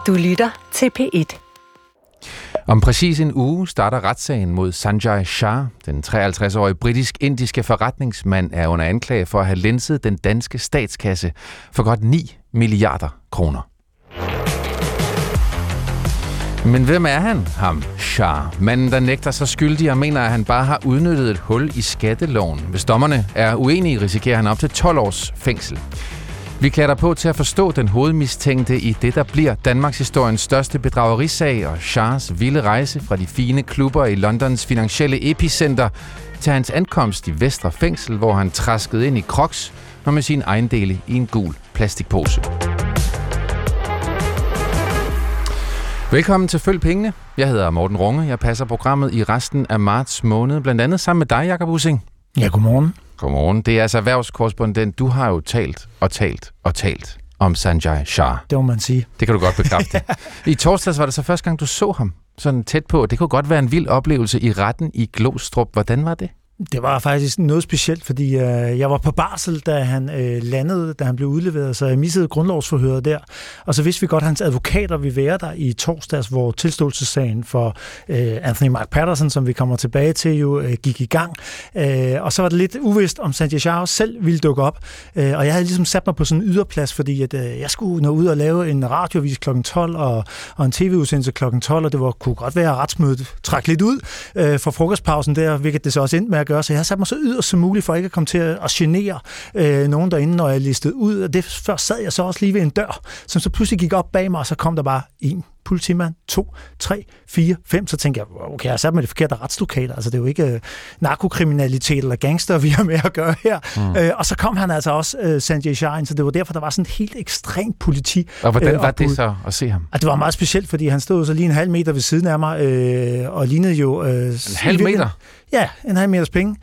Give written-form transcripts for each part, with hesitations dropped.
Du lytter til P1. Om præcis en uge starter retssagen mod Sanjay Shah. Den 53-årige britisk-indiske forretningsmand er under anklage for at have lænset den danske statskasse for godt 9 milliarder kroner. Men hvem er han, ham Shah? Manden, der nægter sig skyldig og mener, at han bare har udnyttet et hul i skatteloven. Hvis dommerne er uenige, risikerer han op til 12 års fængsel. Vi klæder på til at forstå den hovedmistænkte i det, der bliver Danmarks historiens største bedragerisag og Shahs vilde rejse fra de fine klubber i Londons finansielle epicenter til hans ankomst i Vestre Fængsel, hvor han traskede ind i Crocs og med sine ejendele i en gul plastikpose. Velkommen til Følg Pengene. Jeg hedder Morten Runge. Jeg passer programmet i resten af marts måned, blandt andet sammen med dig, Jakob Ussing. Ja, godmorgen. Godmorgen. Det er altså erhvervskorrespondent. Du har jo talt om Sanjay Shah. Det må man sige. Det kan du godt bekræfte. I torsdags var det så første gang, du så ham sådan tæt på. Det kunne godt være en vild oplevelse i retten i Glostrup. Hvordan var det? Det var faktisk noget specielt, fordi jeg var på barsel, da han landede, da han blev udleveret, så jeg missede grundlovsforhøret der. Og så vidste vi godt, at hans advokater ville være der i torsdags, hvor tilståelsessagen for Anthony Mark Patterson, som vi kommer tilbage til, jo gik i gang. Og så var det lidt uvist, om Sanjay Shah selv ville dukke op. Og jeg havde ligesom sat mig på sådan en yderplads, fordi at, jeg skulle nå ud og lave en radioavis kl. 12 og en tv-udsendelse kl. 12, og det kunne godt være, at retsmødet trak lidt ud for frokostpausen der, hvilket det så også endte med at gøre, så jeg har sat mig så yderst som muligt for ikke at komme til at genere nogen derinde, når jeg listede ud. Og det først sad jeg så også lige ved en dør, som så pludselig gik op bag mig, og så kom der bare en politimand, 2, 3, 4, 5. Så tænkte jeg, okay, jeg har sat mig det forkerte retslokaler. Altså, det er jo ikke narkokriminalitet eller gangster, vi har med at gøre her. Og så kom han altså også, Sanjay Shah, så det var derfor, der var sådan et helt ekstremt politi. Og hvordan var det så at se ham? Og det var meget specielt, fordi han stod så lige en halv meter ved siden af mig, og lignede jo... en halv meter? Ja, en halv meters penge.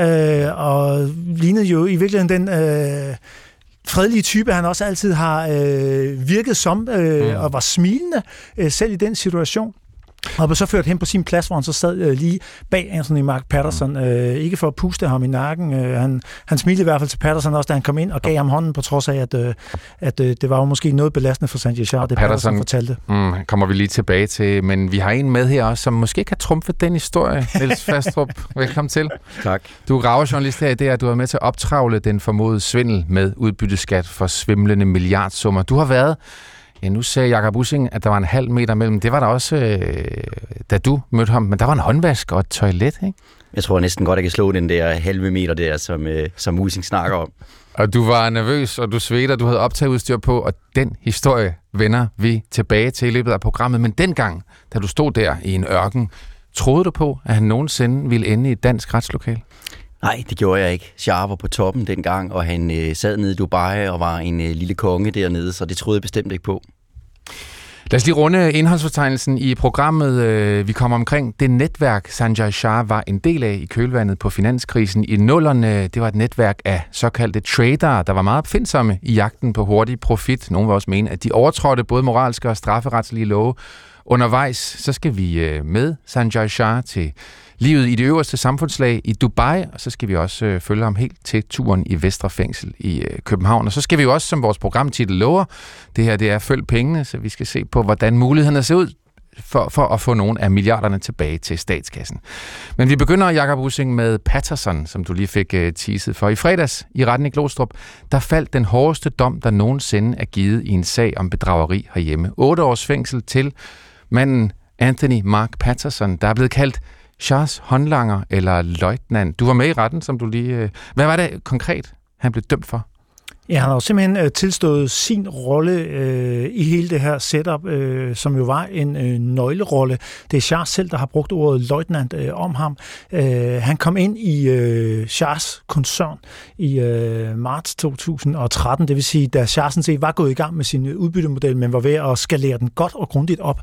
Og lignede jo i virkeligheden den... fredelige type, han også altid har virket som, og var smilende, selv i den situation. Og blev så ført hen på sin plads, hvor han så sad lige bag Anthony Mark Patterson. Ikke for at puste ham i nakken. Han smilte i hvert fald til Patterson også, da han kom ind og gav ham hånden, på trods af, at det var jo måske noget belastende for Sanjay Shah, det Patterson fortalte. Kommer vi lige tilbage til, men vi har en med her også, som måske kan trumfe den historie. Niels Fastrup, velkommen til. Tak. Du er gravejournalist her i det, og du er med til at optravle den formodede svindel med udbytteskat for svimlende milliardsummer. Du har været... Ja, nu sagde Jakob Ussing, at der var en halv meter mellem. Det var der også, da du mødte ham. Men der var en håndvask og et toilet, ikke? Jeg tror næsten godt, jeg kan slå den der halve meter der, som Ussing snakker om. Og du var nervøs, og du svedte, og du havde optageudstyr på, og den historie vender vi tilbage til i løbet af programmet. Men dengang, da du stod der i en ørken, troede du på, at han nogensinde ville ende i et dansk retslokale? Nej, det gjorde jeg ikke. Shah var på toppen dengang, og han sad nede i Dubai og var en lille konge dernede, så det troede jeg bestemt ikke på. Lad os lige runde indholdsfortegnelsen i programmet. Vi kommer omkring det netværk, Sanjay Shah var en del af i kølvandet på finanskrisen i 00'erne. Det var et netværk af såkaldte tradere, der var meget opfindsomme i jagten på hurtig profit. Nogle vil også mene, at de overtrådte både moralske og strafferetslige love. Undervejs så skal vi med Sanjay Shah til livet i det øverste samfundslag i Dubai, og så skal vi også følge ham helt til turen i Vestre Fængsel i København. Og så skal vi jo også, som vores programtitel lover, det her det er Følg Pengene, så vi skal se på, hvordan mulighederne ser ud for at få nogle af milliarderne tilbage til statskassen. Men vi begynder, Jakob Ussing, med Patterson, som du lige fik teaset for. I fredags i retten i Glostrup, der faldt den hårdeste dom, der nogensinde er givet i en sag om bedrageri herhjemme. 8 års fængsel til manden Anthony Mark Patterson, der er blevet kaldt Shahs håndlanger eller løjtnant. Du var med i retten, som du lige... Hvad var det konkret, han blev dømt for? Ja, han har jo simpelthen tilstået sin rolle i hele det her setup, som jo var en nøglerolle. Det er Shah selv, der har brugt ordet løjtnant om ham. Han kom ind i Shahs koncern i marts 2013, det vil sige, da Shah sådan set var gået i gang med sin udbyttemodel, men var ved at skalere den godt og grundigt op.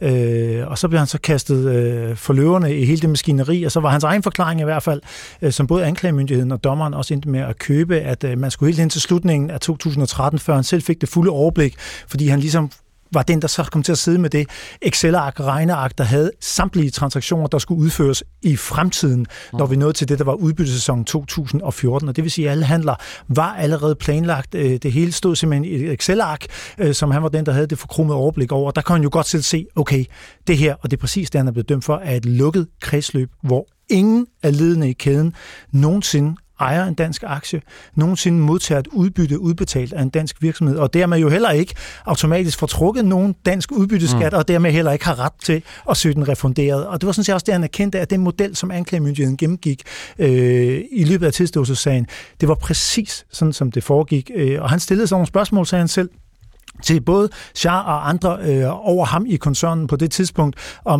Og så blev han så kastet for løverne i hele det maskineri, og så var hans egen forklaring i hvert fald, som både anklagemyndigheden og dommeren også endte med at købe, at man skulle helt hen til slutningen af 2013, før han selv fik det fulde overblik, fordi han ligesom var den, der så kom til at sidde med det Excel-ark, regneark, der havde samtlige transaktioner, der skulle udføres i fremtiden, når vi nåede til det, der var udbyttesæsonen 2014. Og det vil sige, at alle handler var allerede planlagt. Det hele stod simpelthen i et Excel-ark, som han var den, der havde det forkromede overblik over. Der kan han jo godt selv se, okay, det her, og det er præcis det, han er blevet dømt for, er et lukket kredsløb, hvor ingen af ledende i kæden nogensinde ejer en dansk aktie, nogensinde modtager et udbytte udbetalt af en dansk virksomhed, og dermed jo heller ikke automatisk får trukket nogen dansk udbytteskat, og dermed heller ikke har ret til at søge den refunderet. Og det var sådan set også det, han erkendte, at den model, som anklagemyndigheden gennemgik i løbet af tilståelsessagen, det var præcis sådan, som det foregik. Og han stillede sådan nogle spørgsmål, sagde han selv, til både Shah og andre over ham i koncernen på det tidspunkt, om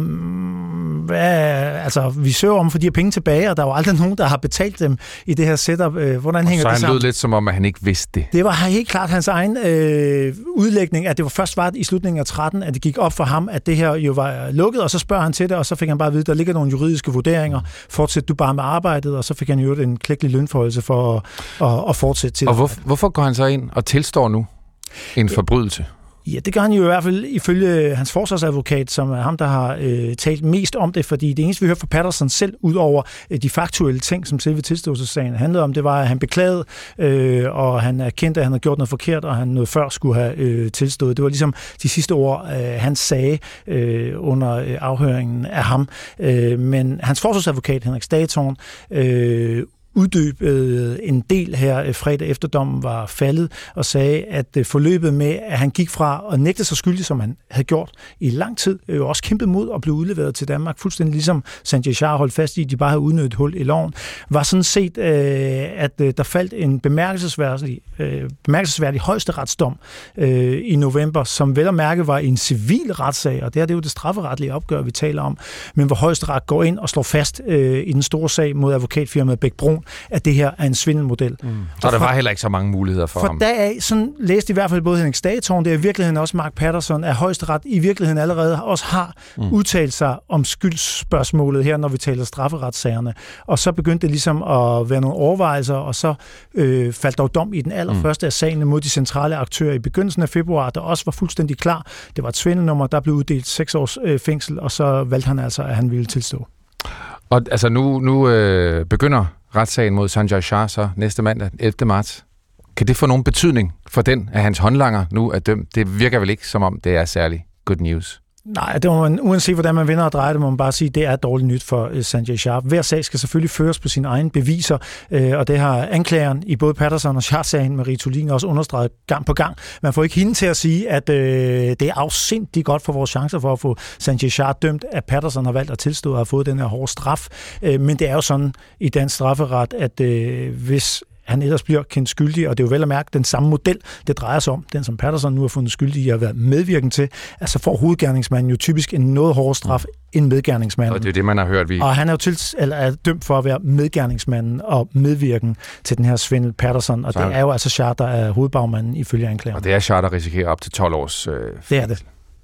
vi søger om for de her penge tilbage, og der er jo aldrig nogen, der har betalt dem i det her setup. Hvordan hænger det sammen? Så han lød lidt som om, at han ikke vidste det. Det var helt klart hans egen udlægning, at det var først i slutningen af 13, at det gik op for ham, at det her jo var lukket, og så spørger han til det, og så fik han bare at vide, at der ligger nogle juridiske vurderinger. Fortsæt du bare med arbejdet, og så fik han jo en klækkelig lønforhøjelse for at fortsætte til det. Og hvorfor går han så ind og tilstår nu en forbrydelse? Ja, det gør han jo i hvert fald ifølge hans forsvarsadvokat, som er ham, der har talt mest om det, fordi det eneste, vi hørte fra Patterson selv, ud over de faktuelle ting, som selve tilståelsessagen handlede om, det var, at han beklagede, og han erkendte, at han havde gjort noget forkert, og han noget før skulle have tilstået. Det var ligesom de sidste ord, han sagde under afhøringen af ham. Men hans forsvarsadvokat, Henrik Stagetorn, uddybede en del her fredag efter dommen var faldet, og sagde, at forløbet med, at han gik fra at nægte sig skyldig, som han havde gjort i lang tid, også kæmpet mod at blive udleveret til Danmark, fuldstændig ligesom Sanjay Shah holdt fast i, at de bare havde udnyttet et hul i loven, var sådan set, at der faldt en bemærkelsesværdig højesteretsdom i november, som vel at mærke var en civil retssag, og det er jo det strafferetlige opgør, vi taler om, men hvor Højesteret går ind og slår fast i den store sag mod advokatfirmaet Bech-Bruun, at det her er en svindelmodel. Så der var heller ikke så mange muligheder for ham. For deraf, sådan læste i hvert fald både Henrik Stagetorn, det er i virkeligheden også Mark Patterson, at Højesteret i virkeligheden allerede også har udtalt sig om skyldsspørgsmålet her, når vi taler strafferetssagerne. Og så begyndte det ligesom at være nogle overvejelser, og så faldt dog dom i den allerførste af sagene mod de centrale aktører i begyndelsen af februar, der også var fuldstændig klar. Det var et svindelnummer, der blev uddelt 6 års fængsel, og så valgte han altså, at han ville tilstå. Og altså nu begynder retssagen mod Sanjay Shah så næste mandag, 11. marts. Kan det få nogen betydning for den, at hans håndlanger nu er dømt? Det virker vel ikke, som om det er særlig good news? Nej, det må man, uanset hvordan man vender og drejer det, må man bare sige, at det er dårligt nyt for Sanjay Shah. Hver sag skal selvfølgelig føres på sine egne beviser, og det har anklageren i både Patterson og Shah-sagen, Marie Thulin, også understreget gang på gang. Man får ikke hende til at sige, at det er afsindigt godt for vores chancer for at få Sanjay Shah dømt, at Patterson har valgt at tilstå og har fået den her hårde straf. Men det er jo sådan i dansk strafferet, at hvis han ellers bliver kendt skyldig, og det er jo vel at mærke den samme model, det drejer sig om, den som Patterson nu har fundet skyldig i at være medvirkende til, altså får hovedgerningsmanden jo typisk en noget hårdere straf end medgerningsmanden. Og det er det, man har hørt. Og han er jo er dømt for at være medgerningsmanden og medvirken til den her svindel Patterson, og det er jo altså Shah, der er hovedbagmanden ifølge anklageren. Og det er Shah, der risikerer op til 12 års det er det.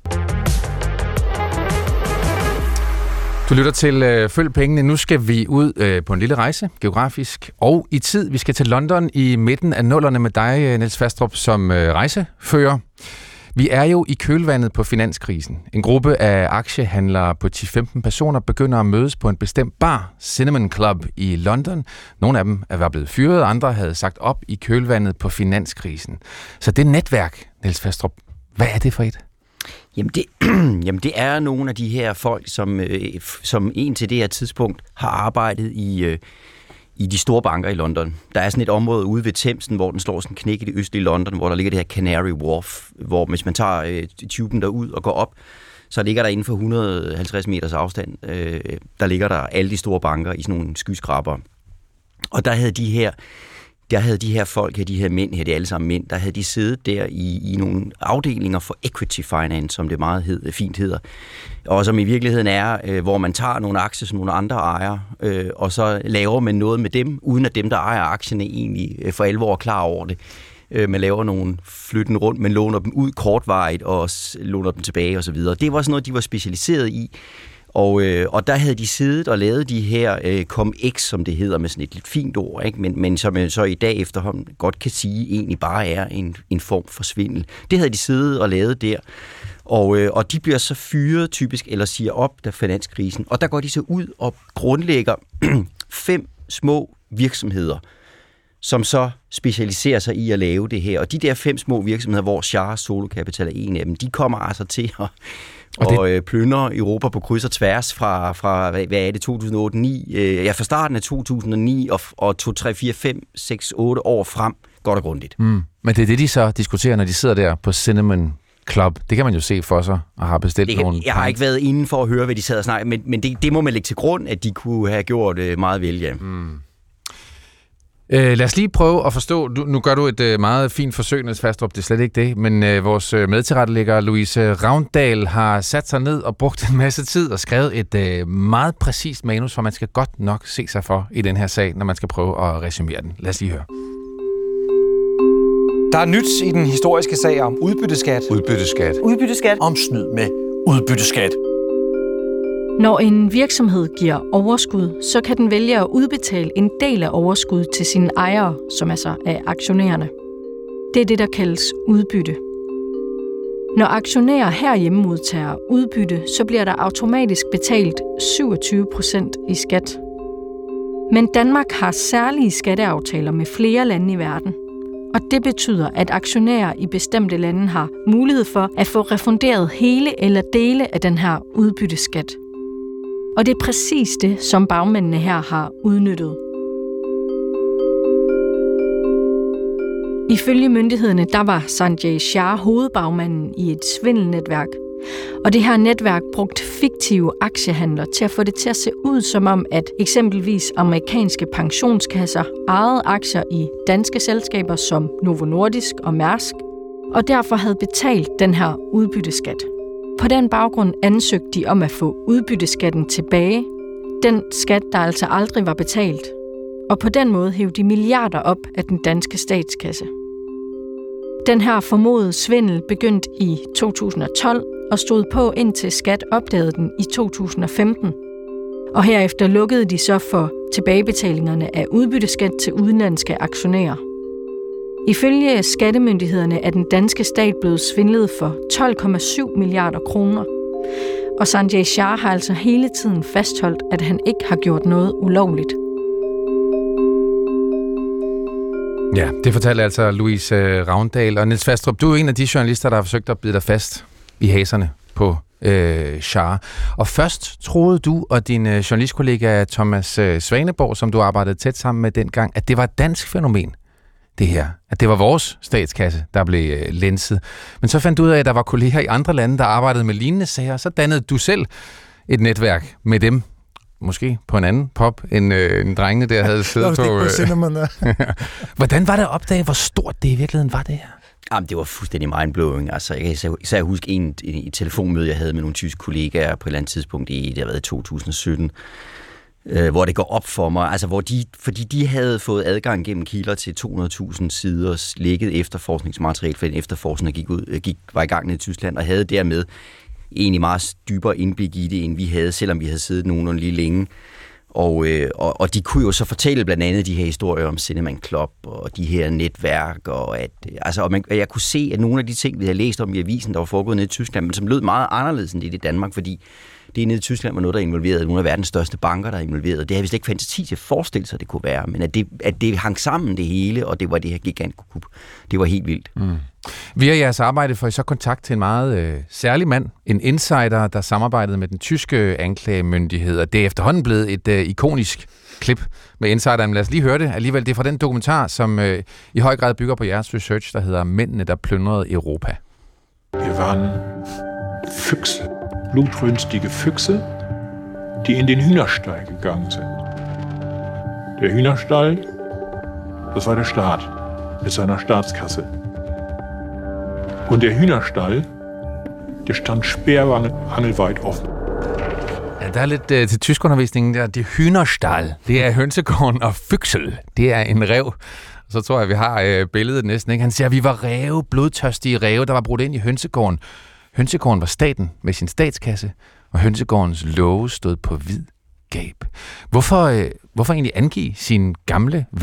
Du lytter til Følg Pengene. Nu skal vi ud på en lille rejse, geografisk og i tid. Vi skal til London i midten af nullerne med dig, Niels Fastrup, som rejsefører. Vi er jo i kølvandet på finanskrisen. En gruppe af aktiehandlere på 10-15 personer begynder at mødes på en bestemt bar, Cinnamon Club i London. Nogle af dem er blevet fyret, andre havde sagt op i kølvandet på finanskrisen. Så det netværk, Niels Fastrup, hvad er det for et? Jamen det er nogle af de her folk, som indtil det her tidspunkt har arbejdet i de store banker i London. Der er sådan et område ude ved Themsen, hvor den slår sådan en knæk i det østlige London, hvor der ligger det her Canary Wharf, hvor hvis man tager tuben derud og går op, så ligger der inden for 150 meters afstand, der ligger der alle de store banker i sådan nogle skyskrabere. Og der havde de her folk, de her mænd her, det er alle sammen mænd, der havde de siddet der i nogle afdelinger for equity finance, som det meget fint hedder, og som i virkeligheden er, hvor man tager nogle aktier, som nogle andre ejer, og så laver man noget med dem, uden at dem, der ejer aktierne, egentlig for alvor er klar over det. Man laver nogle flytten rundt, man låner dem ud kortvarigt og låner dem tilbage osv. Det var sådan noget, de var specialiseret i. Og der havde de siddet og lavet de her COMEX, som det hedder med sådan et lidt fint ord, ikke? Men som man så i dag efterhånden godt kan sige, egentlig bare er en form for svindel. Det havde de siddet og lavet der. Og de bliver så fyret typisk, eller siger op, da finanskrisen. Og der går de så ud og grundlægger 5 små virksomheder, som så specialiserer sig i at lave det her. Og de der 5 små virksomheder, hvor Shah Solo Capital er en af dem, de kommer altså til at plyndre Europa på kryds og tværs fra hvad er det, 2008-2009, fra starten af 2009 og 2, 3, 4, 5, 6, 8 år frem, godt og grundigt. Men det er det, de så diskuterer, når de sidder der på Cinnamon Club. Det kan man jo se for sig og har bestilt nogle... Jeg har ikke været inde for at høre, hvad de sad og snakkede, men det må man lægge til grund, at de kunne have gjort meget vel, ja. Lad os lige prøve at forstå, nu gør du et meget fint forsøg, Niels Fastrup, det er slet ikke det, men vores medtilrettelægger Louise Ravndal har sat sig ned og brugt en masse tid og skrevet et meget præcist manus, for man skal godt nok se sig for i den her sag, når man skal prøve at resumere den. Lad os lige høre. Der er nyt i den historiske sag om udbytteskat. Udbytteskat. Om snyd med udbytteskat. Når en virksomhed giver overskud, så kan den vælge at udbetale en del af overskud til sine ejere, som altså er aktionærerne. Det er det, der kaldes udbytte. Når aktionærer herhjemme modtager udbytte, så bliver der automatisk betalt 27% i skat. Men Danmark har særlige skatteaftaler med flere lande i verden. Og det betyder, at aktionærer i bestemte lande har mulighed for at få refunderet hele eller dele af den her udbytteskat. Og det er præcis det, som bagmændene her har udnyttet. Ifølge myndighederne, der var Sanjay Shah hovedbagmanden i et svindelnetværk. Og det her netværk brugte fiktive aktiehandler til at få det til at se ud som om, at eksempelvis amerikanske pensionskasser ejede aktier i danske selskaber som Novo Nordisk og Mærsk, og derfor havde betalt den her udbytteskat. På den baggrund ansøgte de om at få udbytteskatten tilbage, den skat, der altså aldrig var betalt. Og på den måde hævde de milliarder op af den danske statskasse. Den her formodede svindel begyndte i 2012 og stod på indtil skat opdagede den i 2015. Og herefter lukkede de så for tilbagebetalingerne af udbytteskat til udenlandske aktionærer. Ifølge skattemyndighederne er den danske stat blevet svindlet for 12,7 milliarder kroner. Og Sanjay Shah har altså hele tiden fastholdt, at han ikke har gjort noget ulovligt. Ja, det fortalte altså Louise Ravndal. Og Niels Fastrup, du er en af de journalister, der har forsøgt at bide dig fast i haserne på Shah. Og først troede du og din journalistkollega Thomas Svaneborg, som du arbejdede tæt sammen med dengang, at det var et dansk fænomen, det her. At det var vores statskasse, der blev lænset. Men så fandt du ud af, at der var kolleger i andre lande, der arbejdede med lignende sager. Så dannede du selv et netværk med dem. Måske på en anden pop, end drengene der havde siddet på. Hvordan var det at opdage, hvor stort det i virkeligheden var det her? Jamen, det var fuldstændig mindblowing. Altså, jeg kan især huske en telefonmøde, jeg havde med nogle tyske kollegaer på et eller andet tidspunkt i 2017, hvor det går op for mig, altså fordi de havde fået adgang gennem kilder til 200.000 sider lækket efterforskningsmateriale, for den efterforskning var i gang nede i Tyskland, og havde dermed egentlig meget dybere indblik i det, end vi havde, selvom vi havde siddet nogenlunde lige længe. Og de kunne jo så fortælle blandt andet de her historier om Cinnamon Club og de her netværk, og jeg kunne se, at nogle af de ting, vi havde læst om i avisen, der var foregået nede i Tyskland, men som lød meget anderledes end det i Danmark, fordi det nede i Tyskland var noget, der er involveret, nogle af verdens største banker, der er involveret. Det har vist ikke fantasi til at forestille sig, det kunne være, men at det hang sammen det hele, og det var det her gigantkup. Det var helt vildt. Via jeres arbejde får I så kontakt til en meget særlig mand, en insider, der samarbejdede med den tyske anklagemyndighed, og det er efterhånden blevet et ikonisk klip med insideren. Lad os lige høre det alligevel. Det er fra den dokumentar, som i høj grad bygger på jeres research, der hedder Mændene, der plyndrede Europa. Wir waren Füchse, blutrünstige Füchse, die in den Hühnerstall gegangen sind. Der Hühnerstall, das war der Staat mit seiner Staatskasse. Und der Hühnerstall, der stand spærrangelweit offen. Ja, der er lidt til tyskundervisningen der. Det Hühnerstall, det er hønsegården, og Füchsel, det er en ræv. Så tror jeg, vi har billedet næsten, ikke? Han siger, at vi var ræve, blodtørstige ræve, der var brudt ind i hønsegården. Hønsegården var staten med sin statskasse, og hønsegårdens love stod på vid gab. Hvorfor egentlig angive sine gamle venner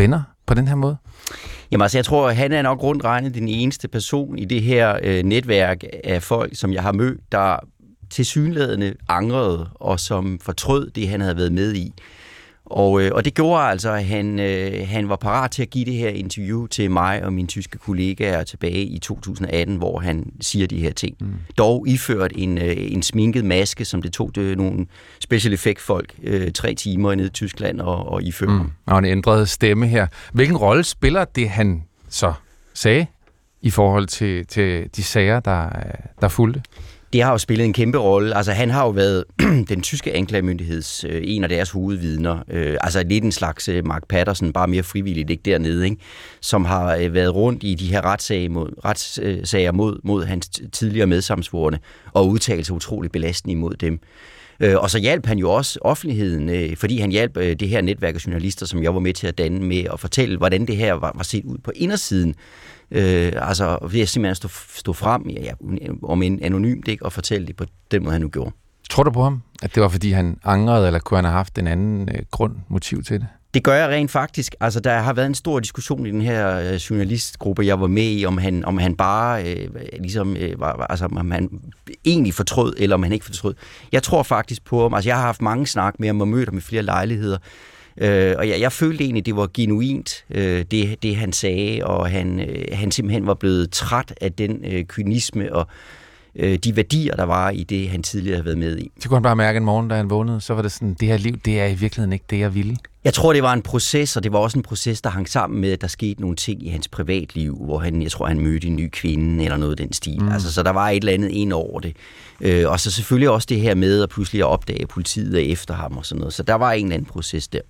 på den her måde? Jamen altså, jeg tror, at han er nok rundt regnet den eneste person i det her netværk af folk, som jeg har mødt, der tilsyneladende angrede og som fortrød det, han havde været med i. Og det gjorde altså, at han var parat til at give det her interview til mig og mine tyske kollegaer tilbage i 2018, hvor han siger de her ting. Dog iført en sminket maske, som det tog nogle special effect-folk 3 timer nede i Tyskland og iføre. Og en ændret stemme her. Hvilken rolle spiller det, han så sagde i forhold til de sager, der fulgte? Det har jo spillet en kæmpe rolle. Altså, han har jo været den tyske anklagemyndigheds en af deres hovedvidner. Altså lidt en slags Mark Patterson, bare mere frivilligt, ikke dernede, ikke? Som har været rundt i de her retssager mod hans tidligere medsamsvorne og udtalt sig utroligt belastende imod dem. Og så hjalp han jo også offentligheden, fordi han hjalp det her netværk af journalister, som jeg var med til at danne med, at fortælle, hvordan det her var set ud på indersiden. Altså ved at simpelthen stå frem, om en anonymt, ikke, og fortælle det på den måde, han nu gjorde. Tror du på ham, at det var, fordi han angrede, eller kunne han have haft en anden motiv til det? Det gør jeg rent faktisk. Altså, der har været en stor diskussion i den her journalistgruppe, jeg var med i, om han bare om han egentlig fortrød, eller om han ikke fortrød. Jeg tror faktisk på ham. Altså, jeg har haft mange snak med ham og mødt ham i flere lejligheder. Og jeg følte egentlig, det var genuint, det han sagde, og han simpelthen var blevet træt af den kynisme og de værdier, der var i det, han tidligere havde været med i. Så kunne han bare mærke en morgen, da han vågnede, så var det sådan, det her liv, det er i virkeligheden ikke det, jeg ville. Jeg tror, det var en proces, og det var også en proces, der hang sammen med, at der skete nogle ting i hans privatliv, hvor jeg tror, han mødte en ny kvinde, eller noget af den stil. Altså, så der var et eller andet ind over det. Og så selvfølgelig også det her med at pludselig opdage, at politiet er efter ham og sådan noget. Så der var en eller anden proces der.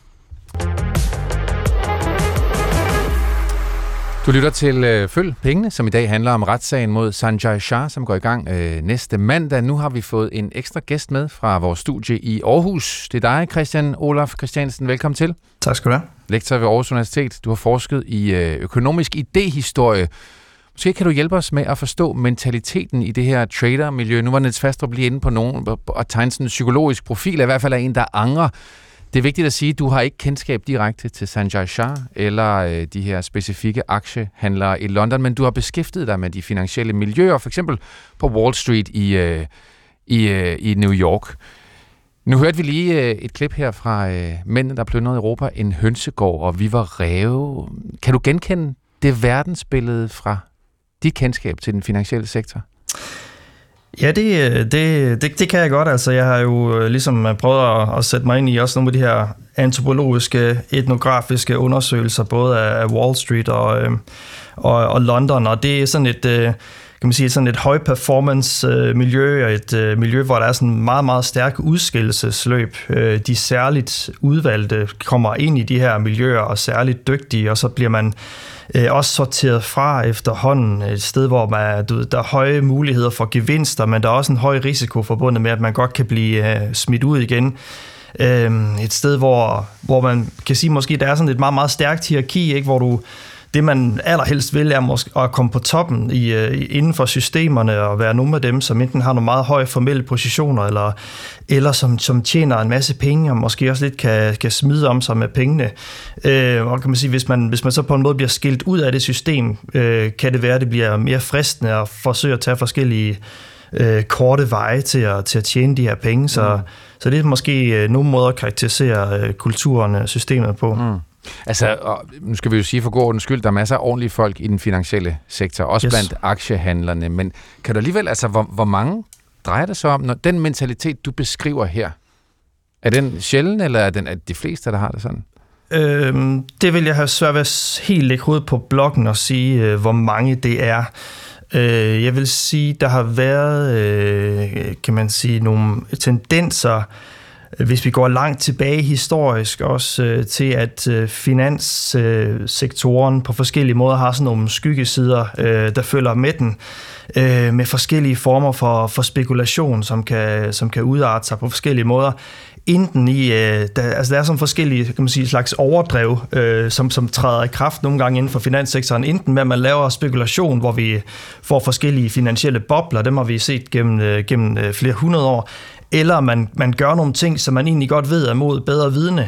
Du lytter til Følg Pengene, som i dag handler om retssagen mod Sanjay Shah, som går i gang næste mandag. Nu har vi fået en ekstra gæst med fra vores studie i Aarhus. Det er dig, Christian Olaf Christiansen. Velkommen til. Tak skal du have. Lektor ved Aarhus Universitet. Du har forsket i økonomisk idéhistorie. Måske kan du hjælpe os med at forstå mentaliteten i det her tradermiljø. Nu var Niels Fastrup lige inde på nogen og tegne sådan en psykologisk profil, i hvert fald af en, der angrer. Det er vigtigt at sige, at du har ikke kendskab direkte til Sanjay Shah eller de her specifikke aktiehandlere i London, men du har beskæftiget dig med de finansielle miljøer, for eksempel på Wall Street i New York. Nu hørte vi lige et klip her fra mændene, der plyndrede Europa, en hønsegård, og vi var ræve. Kan du genkende det verdensbillede fra dit kendskab til den finansielle sektor? Ja, det kan jeg godt. Altså, jeg har jo ligesom prøvet at sætte mig ind i også nogle af de her antropologiske, etnografiske undersøgelser, både af Wall Street og London, og det er sådan et, kan man sige, sådan et høj-performance miljø, og et miljø, hvor der er sådan en meget, meget stærk udskillelsesløb. De særligt udvalgte kommer ind i de her miljøer, og særligt dygtige, og så bliver man også sorteret fra efterhånden et sted, hvor der er høje muligheder for gevinster, men der er også en høj risiko forbundet med, at man godt kan blive smidt ud igen. Et sted, hvor man kan sige, måske der er sådan et meget, meget stærkt hierarki, ikke? Hvor det, man allerhelst vil, er måske at komme på toppen inden for systemerne og være nogle af dem, som enten har nogle meget høje formelle positioner, eller som tjener en masse penge, og måske også lidt kan smide om sig med pengene. Og kan man sige, hvis man så på en måde bliver skilt ud af det system, kan det være, at det bliver mere fristende at forsøge at tage forskellige korte veje til at tjene de her penge. Så det er måske nogle måder at karakterisere kulturen og systemet på. Altså, nu skal vi jo sige for god ordens skyld, der er masser af ordentlige folk i den finansielle sektor, også blandt aktiehandlerne, men kan du alligevel, altså hvor mange drejer det så om, når den mentalitet, du beskriver her, er den sjælden, eller er de fleste, der har det sådan? Det vil jeg have svært ved at helt lægge hovedet på blokken og sige, hvor mange det er. Jeg vil sige, der har været, kan man sige, nogle tendenser, hvis vi går langt tilbage historisk, også til at finanssektoren på forskellige måder har sådan nogle skyggesider, der følger med den, med forskellige former for spekulation, som kan udarte sig på forskellige måder. Enten der er sådan forskellige, kan man sige, slags overdrev, som træder i kraft nogle gange inden for finanssektoren. Enten med, at man laver spekulation, hvor vi får forskellige finansielle bobler, dem har vi set gennem flere hundrede år, eller man gør nogle ting, som man egentlig godt ved er mod bedre vidne.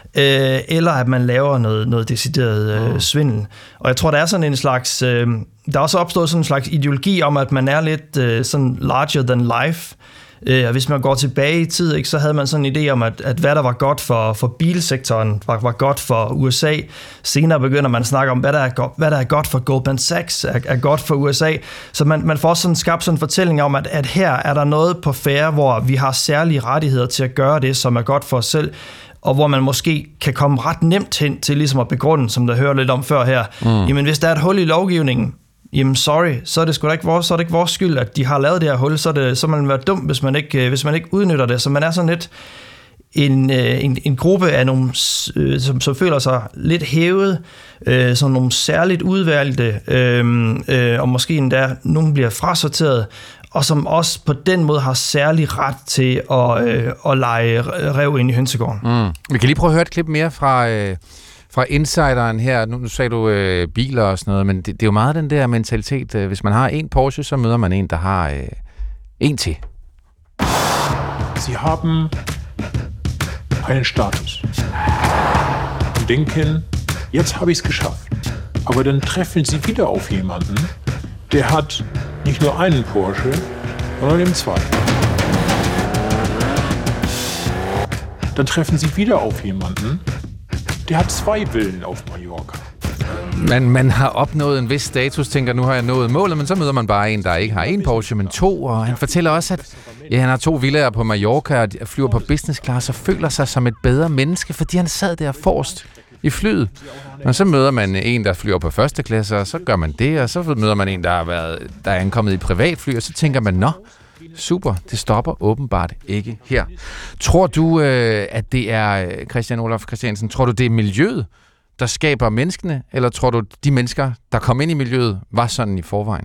eller at man laver noget decideret svindel. Og jeg tror, der er sådan en slags... der er også opstået sådan en slags ideologi om, at man er lidt sådan larger than life. Og hvis man går tilbage i tid, ikke, så havde man sådan en idé om, at hvad der var godt for bilsektoren, var godt for USA. Senere begynder man at snakke om, hvad der er godt for Goldman Sachs, er godt for USA. Så man får sådan skabt sådan en fortælling om, at her er der noget på færre, hvor vi har særlige rettigheder til at gøre det, som er godt for os selv, og hvor man måske kan komme ret nemt hen til ligesom at begrunde, som der hører lidt om før her. Jamen, hvis der er et hul i lovgivningen, jamen sorry, så er det sgu da ikke vores skyld, at de har lavet det her hul, så man være dum, hvis man ikke udnytter det. Så man er sådan lidt en gruppe af nogle, som føler sig lidt hævet, som nogle særligt udvalgte, og måske endda nogen bliver frasorteret, og som også på den måde har særlig ret til at lege rev ind i hønsegården. Vi kan lige prøve at høre et klip mere fra insideren her. Nu sagde du biler og sådan noget, men det er jo meget den der mentalitet. Hvis man har en Porsche, så møder man en, der har en til. Sie haben einen Status und denken, jetzt habe ich es geschafft. Aber dann treffen Sie wieder auf jemanden, der hat nicht nur einen Porsche, sondern eben zwei. Dann treffen Sie wieder auf jemanden, der hat 2 Villen auf Mallorca. Man har opnået en vis status, tænker, nu har jeg nået målet, men så møder man bare en, der ikke har en Porsche, men 2, og han fortæller også, at han har 2 villaer på Mallorca, og flyver på business class, og føler sig som et bedre menneske, fordi han sad der forrest i flyet. Og så møder man en, der flyver på første klasse, og så gør man det, og så møder man en, der er ankommet i privatfly, og så tænker man, nå, super, det stopper åbenbart ikke her. Tror du, at det er, Christian Olaf Christiansen, tror du, det er miljøet, der skaber menneskene, eller tror du, de mennesker, der kom ind i miljøet, var sådan i forvejen?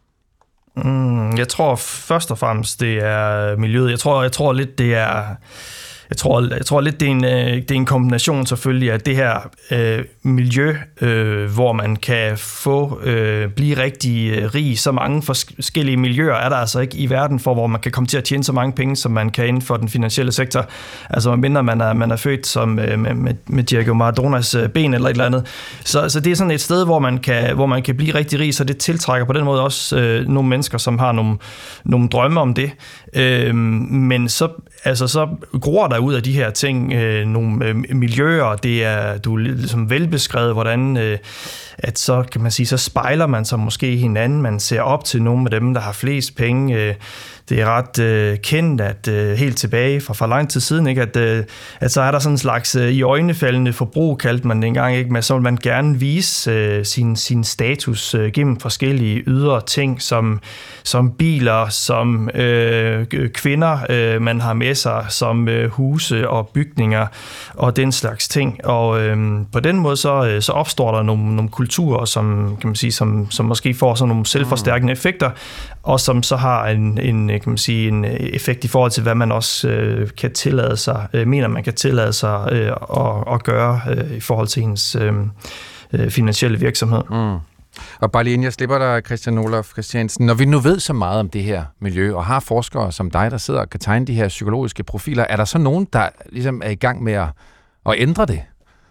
Jeg tror først og fremmest, det er miljøet. Jeg tror lidt, det er... Jeg tror lidt, det er en kombination selvfølgelig af det her miljø, hvor man kan blive rigtig rig. Så mange forskellige miljøer er der altså ikke i verden for, hvor man kan komme til at tjene så mange penge, som man kan inden for den finansielle sektor. Altså medmindre man er født som med Diego Maradonas ben eller et eller andet. Så det er sådan et sted, hvor man kan blive rigtig rig, så det tiltrækker på den måde også nogle mennesker, som har nogle drømme om det. Men så gror der ud af de her ting nogle miljøer, du er ligesom velbeskrevet, hvordan at så kan man sige, så spejler man sig måske hinanden, man ser op til nogle af dem, der har flest penge. Det er ret kendt, at helt tilbage fra lang tid siden, ikke, at så er der sådan en slags i øjnefaldende forbrug, kaldte man det engang, ikke, men så vil man gerne vise sin status gennem forskellige ydre ting, som biler, som kvinder, man har med sig, som huse og bygninger og den slags ting. Og på den måde så opstår der nogle kulturer, som kan man sige, som måske får sådan nogle selvforstærkende effekter, og som så har en effekt i forhold til, hvad man også kan tillade sig, mener man kan tillade sig at gøre i forhold til ens finansielle virksomhed. Og bare lige inden jeg slipper dig, Christian Olaf Christiansen, når vi nu ved så meget om det her miljø, og har forskere som dig, der sidder og kan tegne de her psykologiske profiler, er der så nogen, der ligesom er i gang med at ændre det?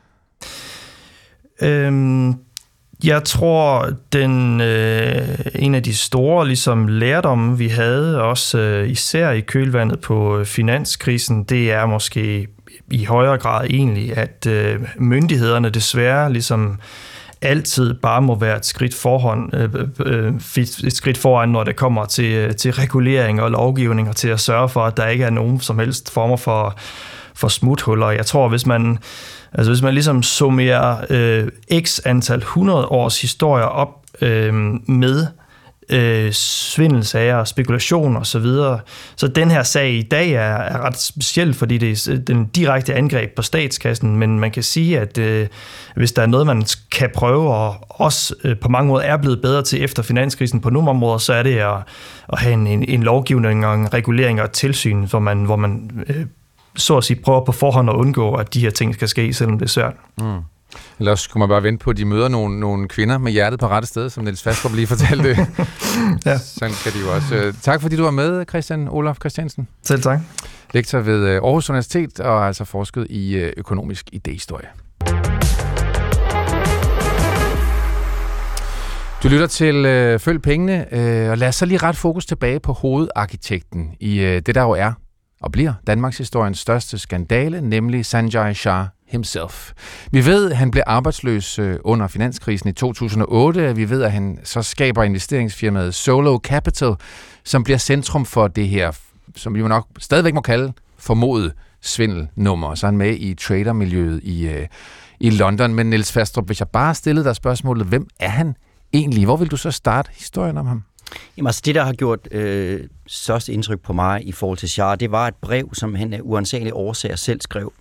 Jeg tror, en af de store ligesom, lærdomme, vi havde, også især i kølvandet på finanskrisen, det er måske i højere grad egentlig, at myndighederne desværre ligesom altid bare må være et skridt foran, når det kommer til regulering og lovgivning, og til at sørge for, at der ikke er nogen som helst former for smuthuller. Jeg tror, hvis man ligesom summerer x antal 100 års historier op med svindelsager, spekulation og så videre, så den her sag i dag er ret speciel, fordi det er den direkte angreb på statskassen, men man kan sige, at hvis der er noget, man kan prøve, og også på mange måder er blevet bedre til efter finanskrisen på nogle områder, så er det at have en lovgivning og en regulering og et tilsyn, hvor man så at sige prøver på forhånd at undgå, at de her ting skal ske, selvom det er svært. Ellers skulle man bare vente på, at de møder nogle kvinder med hjertet på rette sted, som Niels Fastrup lige fortalte. Ja. Sådan kan de jo også. Tak fordi du var med, Christian Olaf Christiansen. Selv tak. Lektor ved Aarhus Universitet og altså forsket i økonomisk idéhistorie. Du lytter til Følg Pengene, og lad os så lige ret fokus tilbage på hovedarkitekten i det, der jo er og bliver Danmarks historiens største skandale, nemlig Sanjay Shah himself. Vi ved, at han blev arbejdsløs under finanskrisen i 2008. Vi ved, at han så skaber investeringsfirmaet Solo Capital, som bliver centrum for det her, som vi jo nok stadigvæk må kalde formodet svindelnummer. Så er han med i tradermiljøet i London. Men Niels Fastrup, hvis jeg bare stillede dig spørgsmålet, hvem er han egentlig? Hvor vil du så starte historien om ham? Jamen altså det, der har gjort størst indtryk på mig i forhold til Shah, det var et brev, som han af uansagelige årsager selv skrev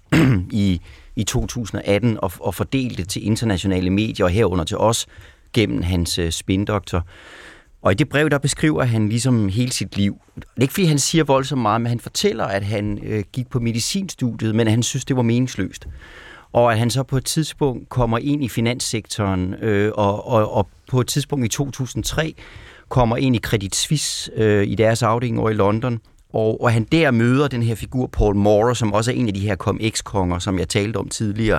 i 2018 og fordelte til internationale medier og herunder til os gennem hans spindoktor. Og i det brev, der beskriver han ligesom hele sit liv. Det er ikke, fordi han siger voldsomt meget, men han fortæller, at han gik på medicinstudiet, men at han synes, det var meningsløst. Og at han så på et tidspunkt kommer ind i finanssektoren, og på et tidspunkt i 2003 kommer ind i Credit Suisse i deres afdeling over i London, og han der møder den her figur Paul Maurer, som også er en af de her CumEx-konger, som jeg talte om tidligere.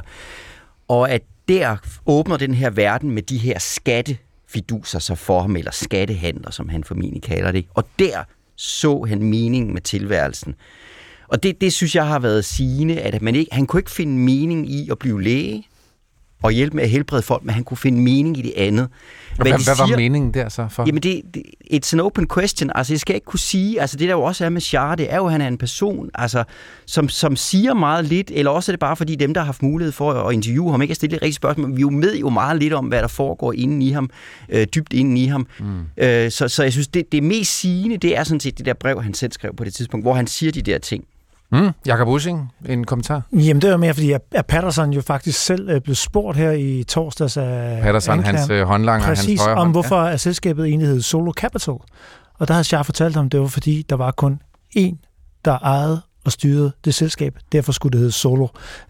Og at der åbner den her verden med de her skattefiduser sig for ham, eller skattehandler, som han formentlig kalder det. Og der så han meningen med tilværelsen. Og det synes jeg har været sigende, at han kunne ikke finde mening i at blive læge og hjælpe med at helbrede folk, men han kunne finde mening i det andet. Hvad var meningen der så for? Jamen, it's an open question. Altså, jeg skal ikke kunne sige, altså det der jo også er med Shah, det er jo, at han er en person, altså, som siger meget lidt, eller også er det bare fordi dem, der har haft mulighed for at interviewe ham, ikke at stille et rigtigt spørgsmål, men vi ved jo meget lidt om, hvad der foregår inden i ham, dybt inden i ham. Så jeg synes, det mest sigende, det er sådan set det der brev, han selv skrev på det tidspunkt, hvor han siger de der ting. Jakob Ussing, en kommentar? Jamen det er mere, fordi at Patterson jo faktisk selv blev spurgt her i torsdags af Patterson, hans håndlanger, præcis, hans højre om hvorfor er selskabet egentlig hed Solo Capital. Og der havde Shah fortalt ham, det var fordi, der var kun én, der ejede og styrede det selskab. Derfor skulle det hedde Solo.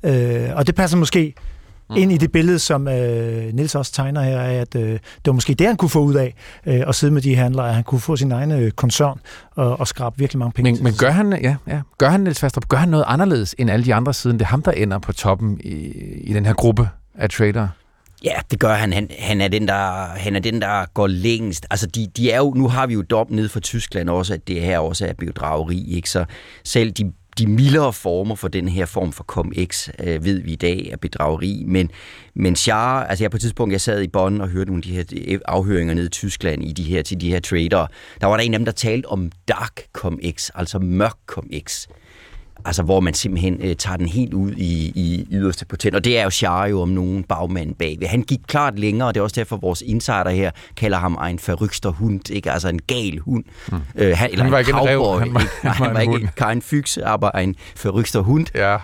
Og det passer måske ind i det billede, som Niels også tegner her, at det var måske det, han kunne få ud af at sidde med de handlere, at han kunne få sin egen koncern og skrabe virkelig mange penge. Men gør han, gør han, Niels Fastrup, gør han noget anderledes end alle de andre siden? Det er ham, der ender på toppen i den her gruppe af tradere. Ja, det gør han. Han er den, der går længst. Altså, de er jo, nu har vi jo dom nede fra Tyskland også, at det her også er bedrageri, ikke? Så selv de mildere former for den her form for CumEx, ved vi i dag er bedrageri, men Shah, altså jeg på et tidspunkt, jeg sad i Bonn og hørte nogle af de her afhøringer nede i Tyskland til de her tradere, der var der en af dem, der talte om dark CumEx, altså mørk CumEx. Altså, hvor man simpelthen tager den helt ud i yderste potent. Og det er jo Shah jo om nogen bagmanden bagved. Han gik klart længere, og det er også derfor, vores insider her kalder ham en verrückter Hund, ikke? Altså en gal hund. Eller han var en ikke cowboy. Han var ikke kein Füchse, aber en verrückter Hund. Ja.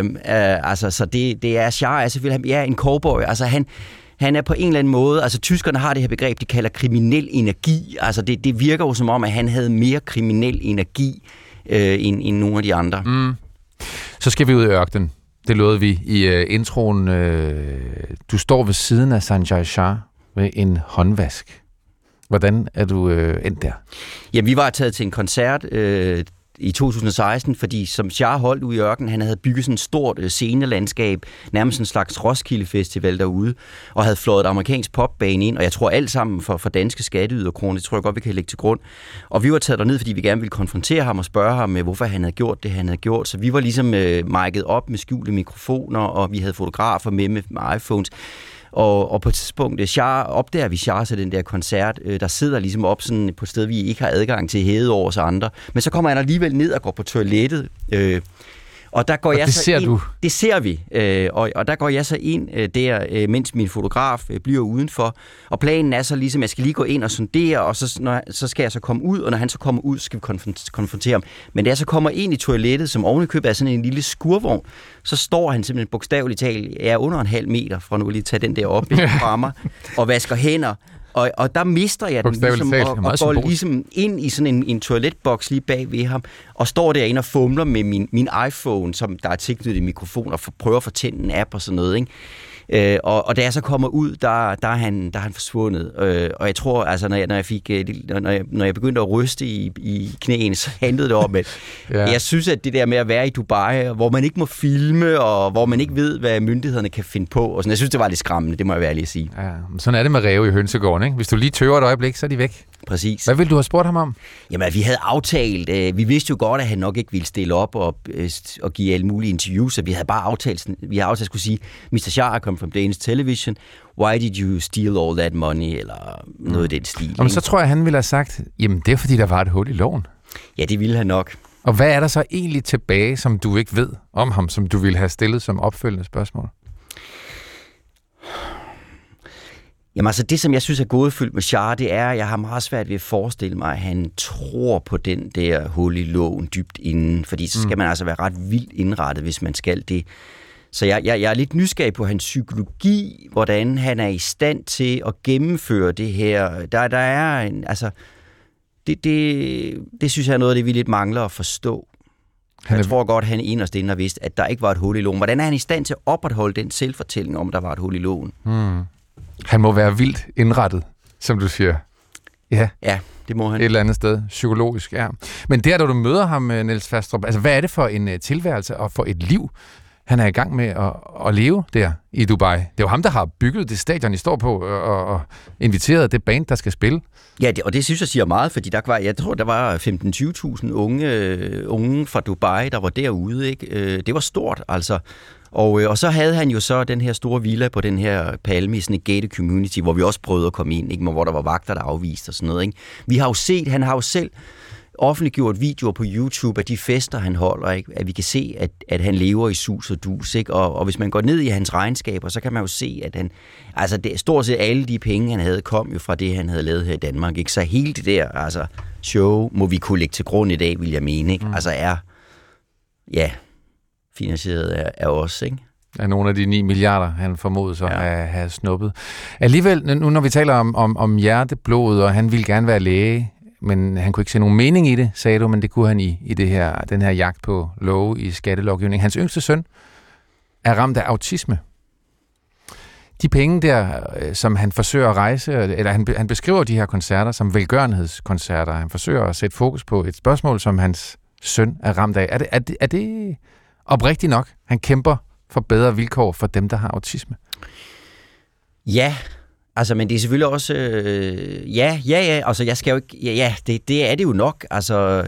Altså, så det er Shah, altså en cowboy. Altså, han er på en eller anden måde, altså tyskerne har det her begreb, de kalder kriminel energi. Altså, det virker jo som om, at han havde mere kriminel energi end nogle af de andre. Så skal vi ud i ørkenen. Det lovede vi i introen. Du står ved siden af Sanjay Shah med en håndvask. Hvordan er du endt der? Jamen, vi var taget til en koncert i 2016, fordi som Shah holdt ude i ørkenen, han havde bygget sådan et stort scenelandskab, nærmest en slags Roskilde Festival derude, og havde flået et amerikansk popbane ind, og jeg tror alt sammen for danske skatteyderkroner, det tror jeg godt, vi kan lægge til grund. Og vi var taget derned, fordi vi gerne ville konfrontere ham og spørge ham, hvorfor han havde gjort det, han havde gjort. Så vi var ligesom mic'et op med skjulte mikrofoner, og vi havde fotografer med iPhones. Og på et tidspunkt opdager vi Shah til den der koncert, der sidder ligesom op sådan på et sted, vi ikke har adgang til hævet over os andre. Men så kommer han alligevel ned og går på toilettet. Og der går det ser ind, du? Det ser vi. Og der går jeg så ind der, mens min fotograf bliver udenfor. Og planen er så ligesom, at jeg skal lige gå ind og sondere, og så skal jeg så komme ud, og når han så kommer ud, skal vi konfrontere ham. Men da jeg så kommer ind i toilettet, som ovenikøbet er sådan en lille skurvogn, så står han simpelthen bogstaveligt talt, jeg er under 1,5 meter, fra nu lige tage den der op fra mig, og vasker hænder. Og der mister jeg den ligesom, og går ligesom ind i sådan en toiletboks lige bag ved ham, og står derinde og fumler med min iPhone, som der er tilknyttet i mikrofon, og prøver at få tændt en app og sådan noget, ikke? Og da jeg så kommer ud, der er han forsvundet. Og jeg tror, altså, når jeg begyndte at ryste i knæene, så handlede det om, at jeg synes, at det der med at være i Dubai, hvor man ikke må filme, og hvor man ikke ved, hvad myndighederne kan finde på, og sådan, jeg synes, det var lidt skræmmende, det må jeg være ærlig at sige. Ja, sådan er det med ræve i hønsegården, ikke? Hvis du lige tøver et øjeblik, så er de væk. Præcis. Hvad ville du have spurgt ham om? Jamen, vi havde aftalt, vi vidste jo godt, at han nok ikke ville stille op og give alle mulige interviews, så vi havde bare aftalt at skulle sige, Mr. Shah, I come from Danish television, why did you steal all that money, eller noget i den stil. Men så tror jeg, han ville have sagt, jamen det er fordi, der var et hul i loven. Ja, det ville han nok. Og hvad er der så egentlig tilbage, som du ikke ved om ham, som du ville have stillet som opfølgende spørgsmål? Jamen altså, det som jeg synes er gådefyldt med Shah, det er, at jeg har meget svært ved at forestille mig, at han tror på den der hul i loven dybt inden, fordi så skal man altså være ret vildt indrettet, hvis man skal det. Så jeg er lidt nysgerrig på hans psykologi, hvordan han er i stand til at gennemføre det her. Der er en, altså, det synes jeg er noget af det, vi lidt mangler at forstå. Jeg tror godt, han inderst inde har vidst, at der ikke var et hul i loven. Hvordan er han i stand til at opretholde den selvfortælling om, at der var et hul i loven? Han må være vildt indrettet, som du siger. Ja, det må han. Et eller andet sted, psykologisk, ja. Men der, da du møder ham, Niels Fastrup, altså hvad er det for en tilværelse og for et liv, han er i gang med at leve der i Dubai? Det er jo ham, der har bygget det stadion, I står på, og inviteret det band, der skal spille. Ja, og det synes jeg siger meget, fordi jeg tror, der var 15-20.000 unge fra Dubai, der var derude, ikke? Det var stort, altså. Og så havde han jo så den her store villa på den her palme i sådan et gated community, hvor vi også prøvede at komme ind, ikke? Men hvor der var vagter, der afviste og sådan noget, ikke? Vi har jo set, han har jo selv offentliggjort videoer på YouTube af de fester, han holder, ikke? At vi kan se, at han lever i sus og dus, ikke? Og hvis man går ned i hans regnskaber, så kan man jo se, at han, altså stort set alle de penge, han havde, kom jo fra det, han havde lavet her i Danmark, ikke? Så hele det der, altså show, må vi kunne lægge til grund i dag, vil jeg mene, ikke? Altså finansieret af os, ikke? Af nogle af de 9 milliarder, han formodes så at have snuppet. Alligevel, nu når vi taler om hjerteblod, og han ville gerne være læge, men han kunne ikke se nogen mening i det, sagde du, men det kunne han i den her jagt på love i skattelovgivning. Hans yngste søn er ramt af autisme. De penge der, som han forsøger at rejse, eller han beskriver de her koncerter som velgørenhedskoncerter. Han forsøger at sætte fokus på et spørgsmål, som hans søn er ramt af. Er det oprigtigt nok? Han kæmper for bedre vilkår for dem, der har autisme. Ja, altså, men det er selvfølgelig også... altså, jeg skal jo ikke... Ja, det er det jo nok, altså...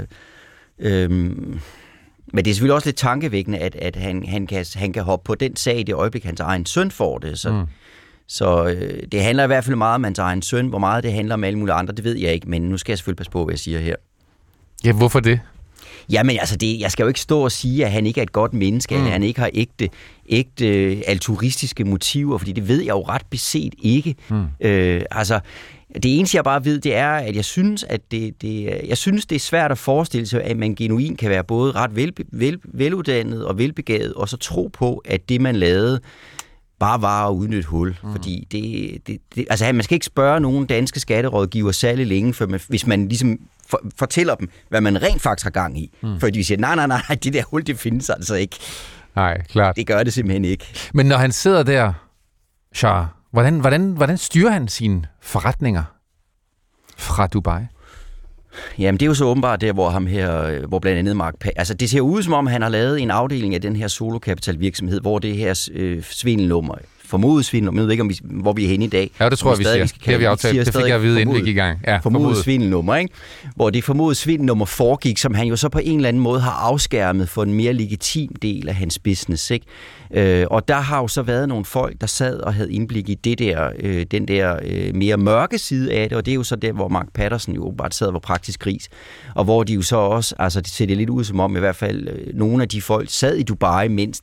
men det er selvfølgelig også lidt tankevækkende, at han kan hoppe på den sag i det øjeblik, hans egen søn får det. Så det handler i hvert fald meget om hans egen søn. Hvor meget det handler om alle mulige andre, det ved jeg ikke, men nu skal jeg selvfølgelig passe på, hvad jeg siger her. Ja, hvorfor det? Jamen altså, jeg skal jo ikke stå og sige, at han ikke er et godt menneske, eller han ikke har ægte altruistiske motiver, fordi det ved jeg jo ret beset ikke. Altså, det eneste, jeg bare ved, det er, at jeg synes, at det er svært at forestille sig, at man genuint kan være både ret veluddannet og velbegavet, og så tro på, at det, man lavede, bare var at udnytte hul. Fordi altså, man skal ikke spørge nogen danske skatterådgiver særlig længe, hvis man ligesom fortæller dem, hvad man rent faktisk har gang i. Fordi vi siger, nej, det der hul, det findes altså ikke. Nej, klart. Det gør det simpelthen ikke. Men når han sidder der, Shah, hvordan styrer han sine forretninger fra Dubai? Jamen, det er jo så åbenbart der, hvor blandt andet Mark altså, det ser ud som om, han har lavet en afdeling af den her solokapitalvirksomhed, hvor det her svindelnummer, formodet svindelnummer, jeg ved ikke, hvor vi er henne i dag. Ja, det tror jeg, vi siger. Det har vi aftalt. Det fik jeg at vide, inden vi gik i gang. Ja, formodet svindelnummer, ikke? Hvor det formodet svindelnummer foregik, som han jo så på en eller anden måde har afskærmet for en mere legitim del af hans business, ikke? Og der har jo så været nogle folk, der sad og havde indblik i det der, den der mere mørke side af det, og det er jo så der, hvor Mark Patterson jo bare sad og var praktisk gris, og hvor de jo så også, altså det ser det lidt ud som om, i hvert fald nogle af de folk sad i Dubai, mens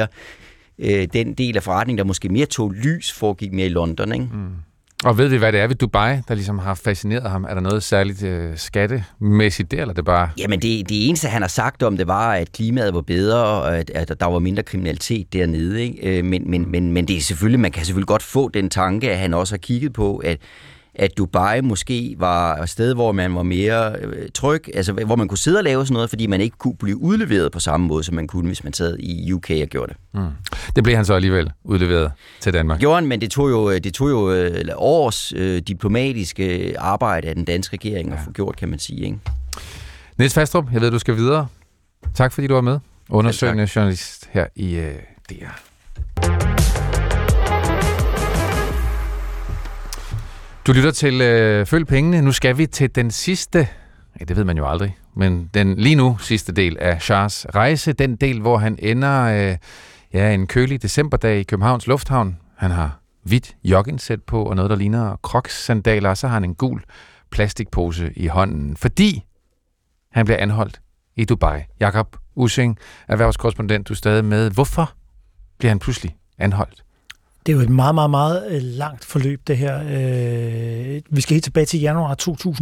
den del af forretningen, der måske mere tog lys, foregik mere i London, ikke? Og ved vi, hvad det er ved Dubai, der ligesom har fascineret ham? Er der noget særligt skattemæssigt der, eller det bare... Jamen, det eneste, han har sagt om det, var, at klimaet var bedre, og at der var mindre kriminalitet dernede, ikke? Men det er selvfølgelig, man kan selvfølgelig godt få den tanke, at han også har kigget på, at Dubai måske var et sted, hvor man var mere tryg, altså hvor man kunne sidde og lave sådan noget, fordi man ikke kunne blive udleveret på samme måde, som man kunne, hvis man sad i UK og gjorde det. Det blev han så alligevel udleveret til Danmark. Gjorde han, men det tog jo års diplomatiske arbejde af den danske regering at få gjort, kan man sige, ikke? Niels Fastrup, jeg ved, du skal videre. Tak fordi du var med. Undersøgende journalist her i DR. Du lytter til Følg Pengene. Nu skal vi til den sidste, det ved man jo aldrig, men den lige nu sidste del af Shahs rejse. Den del, hvor han ender en kølig decemberdag i Københavns Lufthavn. Han har hvidt joggingsæt på og noget, der ligner Crocs-sandaler, og så har han en gul plastikpose i hånden, fordi han bliver anholdt i Dubai. Jakob Ussing, erhvervskorrespondent, du er stadig med. Hvorfor bliver han pludselig anholdt? Det er jo et meget, meget, meget langt forløb, det her. Vi skal helt tilbage til januar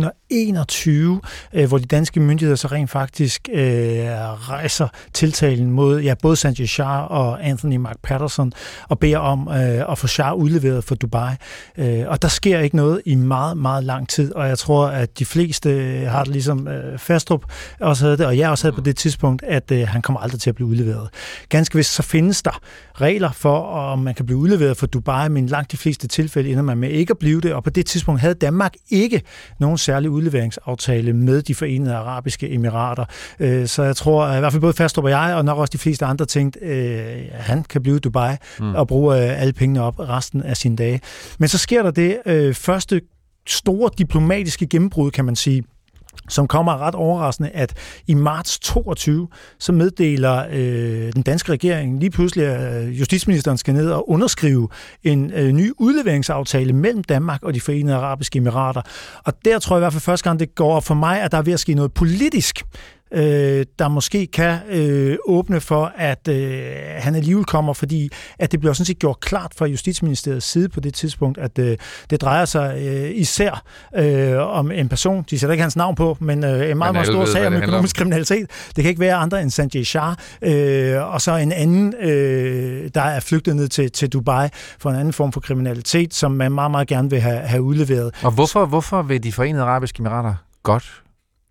2021, hvor de danske myndigheder så rent faktisk rejser tiltalen mod både Sanjay Shah og Anthony McPatterson og beder om at få Shah udleveret for Dubai. Og der sker ikke noget i meget, meget lang tid, og jeg tror, at de fleste har det ligesom Fastrup også havde det, og jeg også havde på det tidspunkt, at han kommer aldrig til at blive udleveret. Ganske vist så findes der regler for, om man kan blive udleveret for Dubai, men langt de fleste tilfælde ender man med ikke at blive det, og på det tidspunkt havde Danmark ikke nogen særlig udleveringsaftale med de Forenede Arabiske Emirater. Så jeg tror, at i hvert fald både Fastrup og jeg, og nok også de fleste andre tænkte, at han kan blive i Dubai og bruge alle pengene op resten af sine dage. Men så sker der det første store diplomatiske gennembrud, kan man sige, som kommer ret overraskende, at i marts 22, så meddeler den danske regering lige pludselig, at justitsministeren skal ned og underskrive en ny udleveringsaftale mellem Danmark og de Forenede Arabiske Emirater. Og der tror jeg i hvert fald første gang, det går op for mig, at der er ved at ske noget politisk, der måske kan åbne for, at han alligevel kommer, fordi at det bliver sådan set gjort klart fra Justitsministeriets side på det tidspunkt, at det drejer sig især om en person, de sætter ikke hans navn på, men en meget, meget stor sag om økonomisk kriminalitet. Det kan ikke være andre end Sanjay Shah, og så en anden, der er flygtet ned til Dubai for en anden form for kriminalitet, som man meget, meget gerne vil have udleveret. Og hvorfor vil de Forenede Arabiske Emirater godt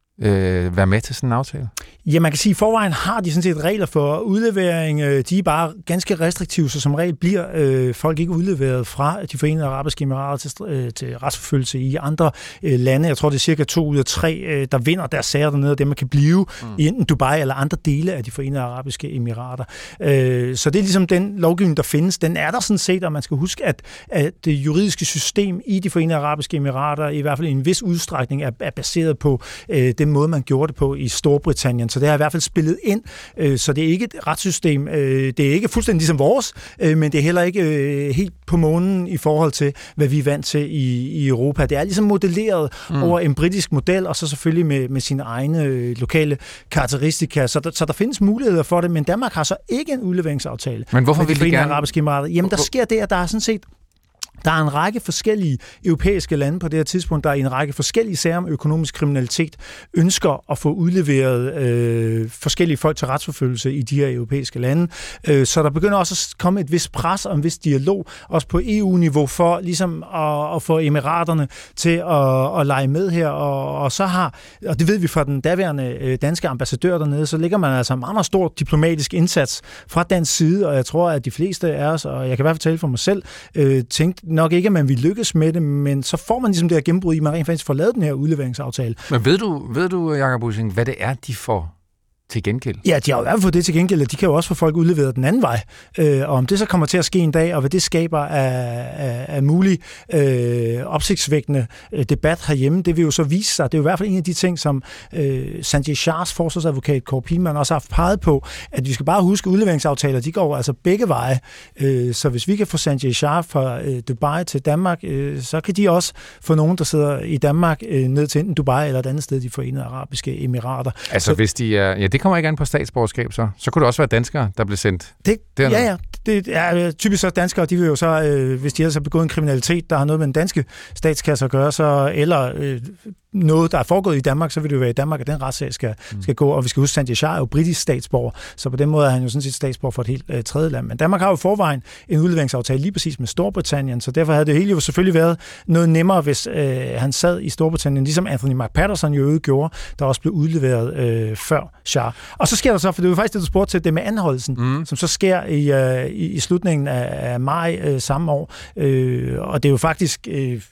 være med til sådan en aftale? Ja, man kan sige, at i forvejen har de sådan set regler for udlevering. De er bare ganske restriktive, så som regel bliver folk ikke udleveret fra de Forenede Arabiske Emirater til retsforfølgelse i andre lande. Jeg tror, det er cirka 2 ud af 3, der vinder deres sager dernede, og dem man kan blive i enten Dubai eller andre dele af de Forenede Arabiske Emirater. Så det er ligesom den lovgivning, der findes. Den er der sådan set, og man skal huske, at det juridiske system i de Forenede Arabiske Emirater i hvert fald i en vis udstrækning er baseret på den måde, man gjorde det på i Storbritannien. Så det har i hvert fald spillet ind. Så det er ikke et retssystem. Det er ikke fuldstændig ligesom vores, men det er heller ikke helt på månen i forhold til, hvad vi er vant til i Europa. Det er ligesom modelleret over en britisk model, og så selvfølgelig med sine egne lokale karakteristika. Så der findes muligheder for det, men Danmark har så ikke en udleveringsaftale. Men hvorfor vil de gerne? Arabiske Emirater. Jamen, der sker det, at der er sådan set der er en række forskellige europæiske lande på det her tidspunkt, der er en række forskellige sager om økonomisk kriminalitet, ønsker at få udleveret forskellige folk til retsforfølgelse i de her europæiske lande. Så der begynder også at komme et vis pres og en vis dialog, også på EU-niveau, for ligesom at få emiraterne til at lege med her. Og så har, og det ved vi fra den daværende danske ambassadør dernede, så ligger man altså en meget, meget stor diplomatisk indsats fra dansk side, og jeg tror, at de fleste af os, og jeg kan i hvert fald tale for mig selv, tænkte nok ikke, at man vil lykkes med det, men så får man ligesom det her gennembrud i, man rent faktisk får lavet den her udleveringsaftale. Men ved du, Jakob Ussing, hvad det er, de får til gengæld? Ja, de har jo i hvert fald fået det til gengæld, og de kan jo også få folk udleveret den anden vej. Og om det så kommer til at ske en dag, og hvad det skaber af mulig opsigtsvækkende debat herhjemme, det vil jo så vise sig. Det er jo i hvert fald en af de ting, som Sanjay Shahs forsvarsadvokat Kåre Pilman også har haft peget på, at vi skal bare huske, udleveringsaftaler, de går altså begge veje. Så hvis vi kan få Sanjay Shah fra Dubai til Danmark, så kan de også få nogen, der sidder i Danmark, ned til enten Dubai eller et andet sted, de Forenede Arabiske Emirater. Altså hvis de er... det kommer ikke an på statsborgerskab, så kunne det også være danskere, der blev sendt. Det er typisk så danskere, de vil jo så, hvis de ellers har begået en kriminalitet, der har noget med den danske statskasse at gøre, så, eller noget, der er foregået i Danmark, så vil det jo være i Danmark, at den retssag skal gå. Og vi skal huske, Sanjay Shah er jo britisk statsborger, så på den måde er han jo sådan set statsborger for et helt tredje land. Men Danmark har jo forvejen en udleveringsaftale lige præcis med Storbritannien, så derfor havde det hele jo selvfølgelig været noget nemmere, hvis han sad i Storbritannien, ligesom Anthony McPatterson jo gjorde, der også blev udleveret før Shah. Og så sker der så, for det er jo faktisk det, du spurgte til, det med anholdelsen, som så sker i slutningen af maj samme år. Og det er jo faktisk,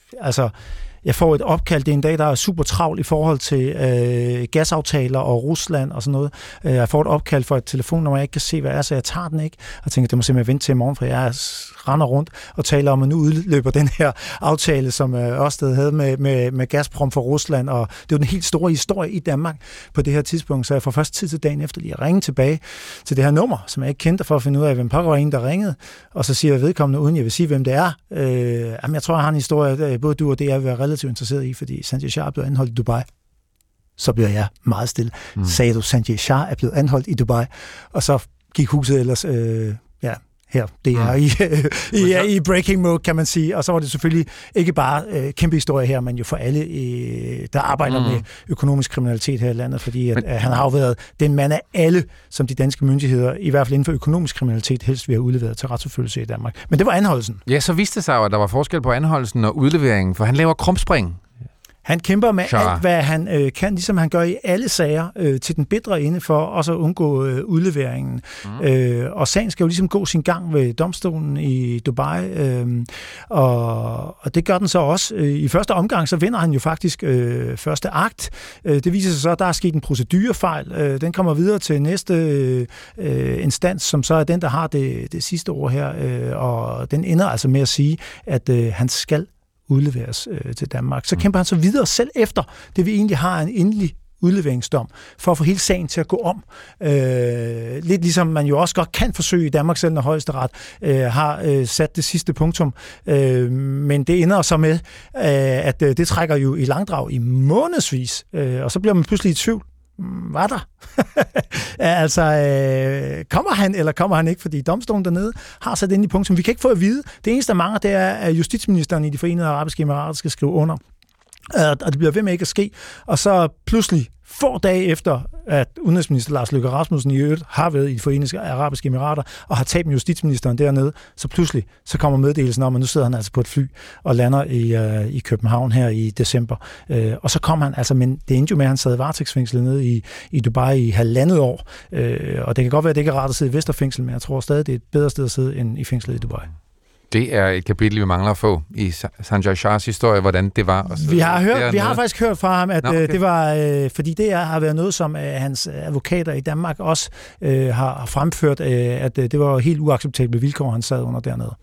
jeg får et opkald, det er en dag, der er super travlt i forhold til gasaftaler og Rusland og sådan noget. Jeg får et opkald for et telefonnummer, jeg ikke kan se, hvad er, så jeg tager den ikke. Og tænker, det må simpelthen vente til i morgen, for jeg render rundt og taler om, at nu udløber den her aftale, som Ørsted havde med Gazprom for Rusland. Og det er jo den helt store historie i Danmark på det her tidspunkt, så jeg får først tid til dagen efter lige at ringe tilbage til det her nummer, som jeg ikke kendte, for at finde ud af, hvem pokker var en, der ringede. Og så siger jeg vedkommende, uden jeg vil sige, hvem det er. Jeg tror, jeg har en historie, både du og det, jeg vil være relativt interesseret i, fordi Sanjay Shah er blevet anholdt i Dubai. Så bliver jeg meget stille. Sagde du, Sanjay Shah er blevet anholdt i Dubai? Og så gik huset ellers, her, det er i breaking mode, kan man sige. Og så var det selvfølgelig ikke bare kæmpe historie her, men jo for alle, der arbejder med økonomisk kriminalitet her i landet, fordi han har jo været den mand af alle, som de danske myndigheder, i hvert fald inden for økonomisk kriminalitet, helst vil have udleveret til retsforfølgelse i Danmark. Men det var anholdelsen. Ja, så viste det sig jo, at der var forskel på anholdelsen og udleveringen, for han laver krumspring. Han kæmper med alt, hvad han kan, ligesom han gør i alle sager, til den bitre ende for også at undgå udleveringen. Og sagen skal jo ligesom gå sin gang ved domstolen i Dubai, og det gør den så også. I første omgang, så vinder han jo faktisk første akt. Det viser sig så, at der er sket en procedurefejl. Den kommer videre til næste instans, som så er den, der har det sidste ord her, og den ender altså med at sige, at han skal udleveres til Danmark. Så kæmper han så videre selv efter det, vi egentlig har en endelig udleveringsdom, for at få hele sagen til at gå om. Lidt ligesom man jo også godt kan forsøge i Danmark, selv når Højesteret har sat det sidste punktum. Men det ender så med, at det trækker jo i langdrag i månedsvis, og så bliver man pludselig i tvivl. Var der? Kommer han, eller kommer han ikke? Fordi domstolen dernede har sat ind i punktum. Vi kan ikke få at vide. Det eneste, der mangler, det er, at justitsministeren i de Forenede Arabiske Emirater skal skrive under. Og det bliver ved med ikke at ske. Og så pludselig, få dage efter, at udenrigsminister Lars Løkke Rasmussen i øvrigt har været i de Forenede Arabiske Emirater og har talt med justitsministeren dernede, så pludselig så kommer meddelelsen om, at nu sidder han altså på et fly og lander i København her i december. Og så kommer han, altså, men det endte jo med, at han sad varetægtsfængslet nede i Dubai i 1,5 år. Og det kan godt være, at det ikke er rart at sidde i Vesterfængsel, men jeg tror stadig, det er et bedre sted at sidde end i fængslet i Dubai. Det er et kapitel, vi mangler at få i Sanjay Shahs historie, hvordan det var. Vi har faktisk hørt fra ham, at det var, fordi det har været noget, som hans advokater i Danmark også har fremført, at det var helt uacceptable vilkår, han sad under dernede.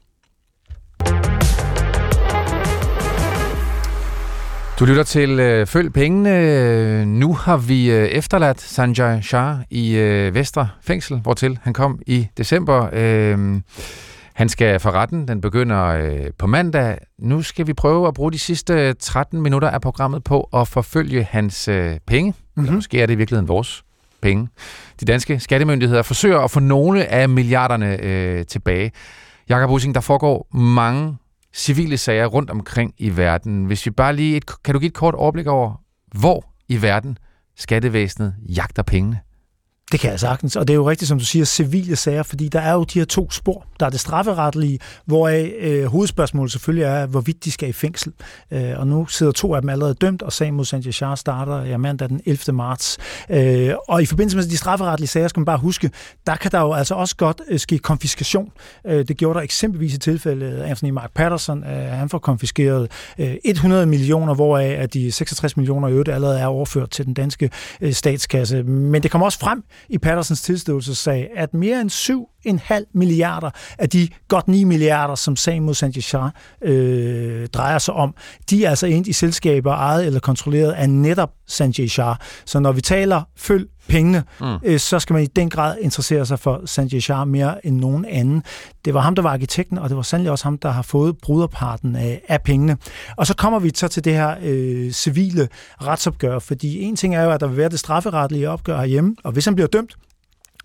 Du lytter til Følg Pengene. Nu har vi efterladt Sanjay Shah i Vestre Fængsel, hvortil han kom i december. Han skal for retten, den begynder på mandag. Nu skal vi prøve at bruge de sidste 13 minutter af programmet på at forfølge hans penge. Eller måske er det i virkeligheden vores penge. De danske skattemyndigheder forsøger at få nogle af milliarderne tilbage. Jakob Ussing, der foregår mange civile sager rundt omkring i verden. Hvis vi bare lige kan du give et kort overblik over, hvor i verden skattevæsenet jagter pengene? Det kan jeg sagtens, og det er jo rigtigt, som du siger, civile sager, fordi der er jo de her to spor. Der er det strafferetlige, hvoraf hovedspørgsmålet selvfølgelig er, hvorvidt de skal i fængsel. Og nu sidder 2 af dem allerede dømt, og sagen mod Sanjay Shah starter mandag den 11. marts. Og i forbindelse med de strafferetlige sager, skal man bare huske, der kan der jo altså også godt ske konfiskation. Det gjorde der eksempelvis i tilfældet Anthony McPatterson. Han får konfiskeret 100 millioner, hvoraf at de 66 millioner i øvrigt allerede er overført til den danske statskasse. Men det kommer også frem i Pattersons tilståelsessag, at mere end 7,5 milliarder af de godt 9 milliarder, som sagen mod Sanjay Shah drejer sig om, de er altså endt i selskaber ejet eller kontrolleret af netop Sanjay Shah. Så når vi taler følg pengene, så skal man i den grad interessere sig for Sanjay Shah mere end nogen anden. Det var ham, der var arkitekten, og det var sandelig også ham, der har fået bruderparten af pengene. Og så kommer vi så til det her civile retsopgør, fordi en ting er jo, at der vil være det strafferetlige opgør herhjemme, og hvis han bliver dømt,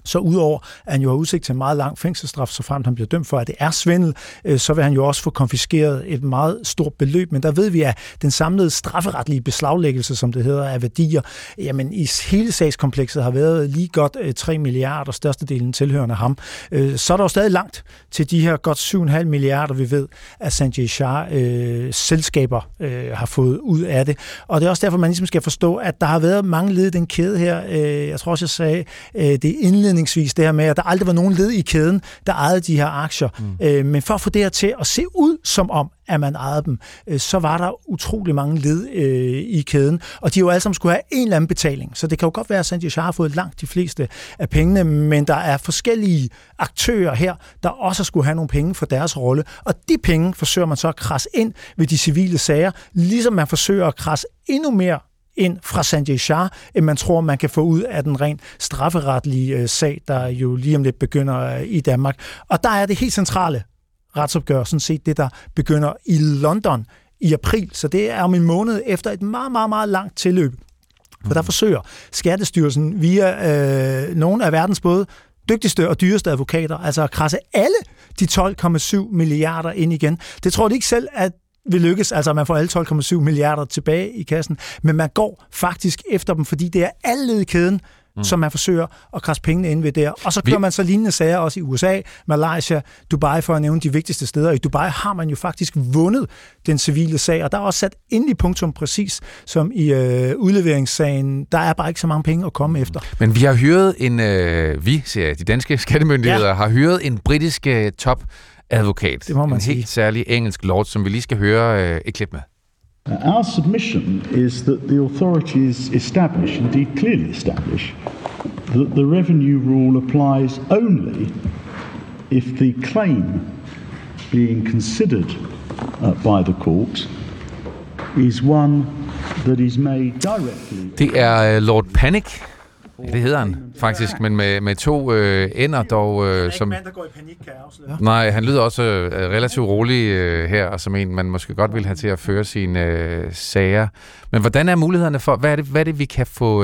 Så udover at han jo har udsigt til en meget lang fængselsstraf, så fremt han bliver dømt for, at det er svindel, så vil han jo også få konfiskeret et meget stort beløb. Men der ved vi, at den samlede strafferetlige beslaglæggelse, som det hedder, af værdier, jamen i hele sagskomplekset har været lige godt 3 milliarder, størstedelen tilhørende ham. Så er der jo stadig langt til de her godt 7,5 milliarder, vi ved, at Sanjay Shah selskaber har fået ud af det. Og det er også derfor, man ligesom skal forstå, at der har været mange led i den kæde her. Jeg tror også, jeg sagde det indledningsvis, det her med, at der aldrig var nogen led i kæden, der ejede de her aktier. Men for at få det her til at se ud som om, at man ejede dem, så var der utrolig mange led i kæden, og de jo alle sammen skulle have en eller anden betaling. Så det kan jo godt være, at Sanjay Shah har fået langt de fleste af pengene, men der er forskellige aktører her, der også skulle have nogle penge for deres rolle, og de penge forsøger man så at krasse ind ved de civile sager, ligesom man forsøger at krasse endnu mere ind fra Sanjay Shah, end man tror, man kan få ud af den rent strafferetlige sag, der jo lige om lidt begynder i Danmark. Og der er det helt centrale retsopgør, sådan set det, der begynder i London i april. Så det er om en måned efter et meget, meget, meget langt tilløb. For der forsøger Skattestyrelsen via nogle af verdens både dygtigste og dyreste advokater, altså at krasse alle de 12,7 milliarder ind igen. Det tror de ikke selv, at vil lykkes, altså man får alle 12,7 milliarder tilbage i kassen, men man går faktisk efter dem, fordi det er alle led i kæden, som man forsøger at krasse pengene ind ved der. Og så kører man så lignende sager også i USA, Malaysia, Dubai, for at nævne de vigtigste steder. I Dubai har man jo faktisk vundet den civile sag, og der er også sat endelig punktum præcis, som i udleveringssagen. Der er bare ikke så mange penge at komme efter. Men vi har hyret de danske skattemyndigheder har hyret en britisk topadvokat. Det må man sige. En helt særlig engelsk lord, som vi lige skal høre et klip med. Our submission is that the authorities establish, indeed clearly establish, that the revenue rule applies only if the claim being considered by the court is one that is made directly. Det er Lord Panic. Ja, det hedder han faktisk, men med to ender dog. Som mand, der går i panik, kan jeg afsløre. Nej, han lyder også relativt rolig her, og som en, man måske godt vil have til at føre sine sager. Men hvordan er mulighederne for, hvad er det vi kan få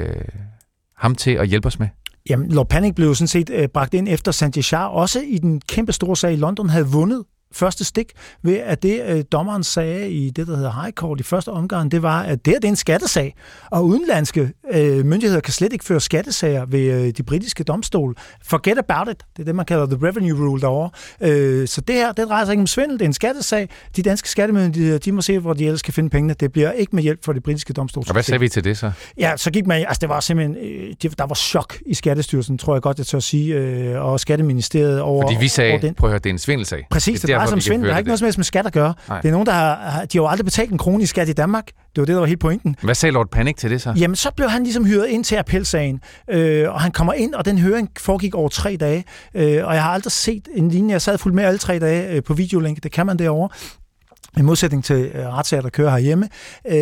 ham til at hjælpe os med? Jamen, Lord Panic blev jo sådan set bragt ind efter Sanjay Shah, også i den kæmpe store sag i London, havde vundet første stik ved, at det dommeren sagde i det, der hedder High Court i første omgang, det var, at det er en skattesag, og udenlandske myndigheder kan slet ikke føre skattesager ved de britiske domstole. Forget about it. Det er det, man kalder the revenue rule derovre. Så det her, det drejer sig ikke om svindel, det er en skattesag. De danske skattemyndigheder, de må se, hvor de ellers kan finde pengene. Det bliver ikke med hjælp fra de britiske domstole. Og hvad sagde vi til det så? Ja, så gik man, altså det var simpelthen, der var chok i Skattestyrelsen, tror jeg godt, jeg tør sige, og Skatteministeriet over. Fordi vi sagde, over den. Prøv at høre, det er en svindelsag. Præcis, det drejer sig om svindel. Det har ikke noget som helst med skat at gøre. Nej. Det er nogen, der har jo aldrig betalt en krone i skat i Danmark. Det var det, der var helt pointen. Hvad sagde Lord Panic til det så? Jamen, så blev han ligesom hyret ind til appelsagen, og han kommer ind, og den høring foregik over 3 dage, og jeg har aldrig set en linje. Jeg sad fuldt med alle 3 dage på videolink, det kan man derovre. I modsætning til retssager, der kører herhjemme.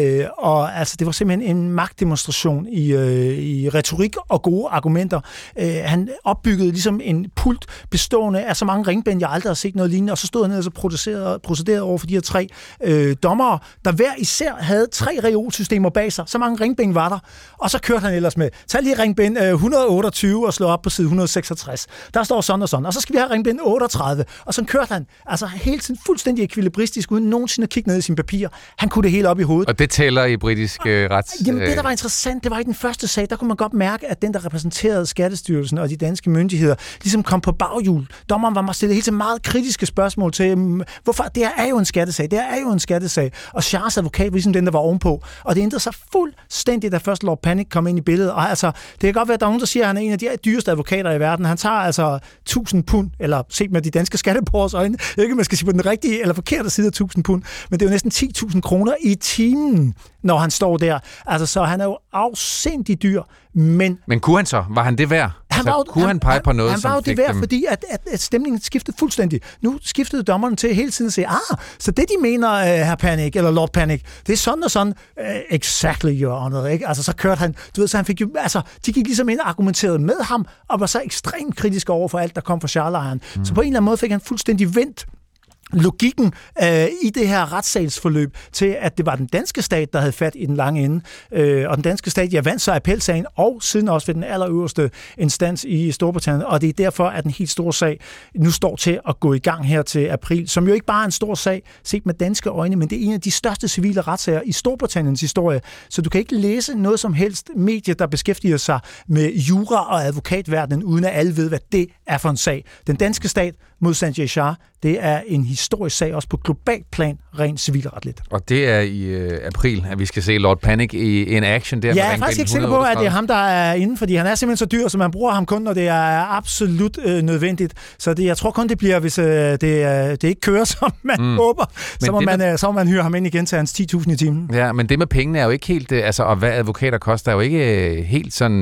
Og altså, det var simpelthen en magtdemonstration i retorik og gode argumenter. Han opbyggede ligesom en pult bestående af så mange ringbind, jeg aldrig har set noget lignende, og så stod han ned og så procederede over for de her 3 dommere, der hver især havde 3 reolsystemer bag sig. Så mange ringbind var der. Og så kørte han ellers med, tag lige ringbind 128 og slå op på side 166. Der står sådan og sådan. Og så skal vi have ringbind 38. Og så kørte han altså hele tiden fuldstændig ekvilibristisk, uden nogensinde at kigge ned i sine papirer. Han kunne det hele op i hovedet. Og det tæller i britisk rets... Jamen det, der var interessant, det var i den første sag, der kunne man godt mærke, at den, der repræsenterede Skattestyrelsen og de danske myndigheder, ligesom kom på baghjul. Dommeren var stillet helt til meget kritiske spørgsmål til, hvorfor det her er jo en skattesag, det her er jo en skattesag. Og Shahs advokat var ligesom den, der var ovenpå. Og det ændrede sig fuldstændigt, da først Lord Panic kom ind i billedet. Og altså, det kan godt være, at der er nogen, der siger, at han er en af de dyreste advokater i verden. Han tager altså 1000 pund, eller set med de danske skatteborgers øjne, jeg ved ikke, om man skal sige på den rigtige eller forkerte side af 1000 pund, men det er jo næsten 10.000 kroner i timen, når han står der. Altså, så han er jo afsindig dyr, men... Men kunne han så? Var han det værd? Kunne han pege på noget, han som var jo fik det værd, dem... fordi at stemningen skiftede fuldstændig. Nu skiftede dommeren til hele tiden at sige, så det de mener, herr Panic, eller Lord Panic, det er sådan og sådan, exactly, your honor, ikke? Altså, så kørte han, du ved, så han fik jo, altså, de gik ligesom ind og argumenterede med ham, og var så ekstremt kritisk over for alt, der kom fra Charlejren. Så på en eller anden måde fik han fuldstændig vendt logikken i det her retssagsforløb til, at det var den danske stat, der havde fat i den lange ende. Og den danske stat, vandt så appelsagen, og siden også ved den allerøverste instans i Storbritannien. Og det er derfor, at den helt store sag nu står til at gå i gang her til april, som jo ikke bare er en stor sag set med danske øjne, men det er en af de største civile retssager i Storbritanniens historie. Så du kan ikke læse noget som helst medie, der beskæftiger sig med jura og advokatverdenen, uden at alle ved, hvad det er for en sag. Den danske stat mod Sanjay Shah, det er en historisk sag, også på globalt plan, rent civilretligt. Og det er i april, at vi skal se Lord Panic i en action der. Ja, jeg er faktisk ikke sikker på, at det er ham, der er inde, fordi han er simpelthen så dyr, så man bruger ham kun, når det er absolut nødvendigt. Så jeg tror kun, det bliver, hvis det ikke kører, som man håber. Så må man hyre ham ind igen til hans 10.000 i timen. Ja, men det med pengene er jo ikke helt, og hvad advokater koster, er jo ikke helt sådan...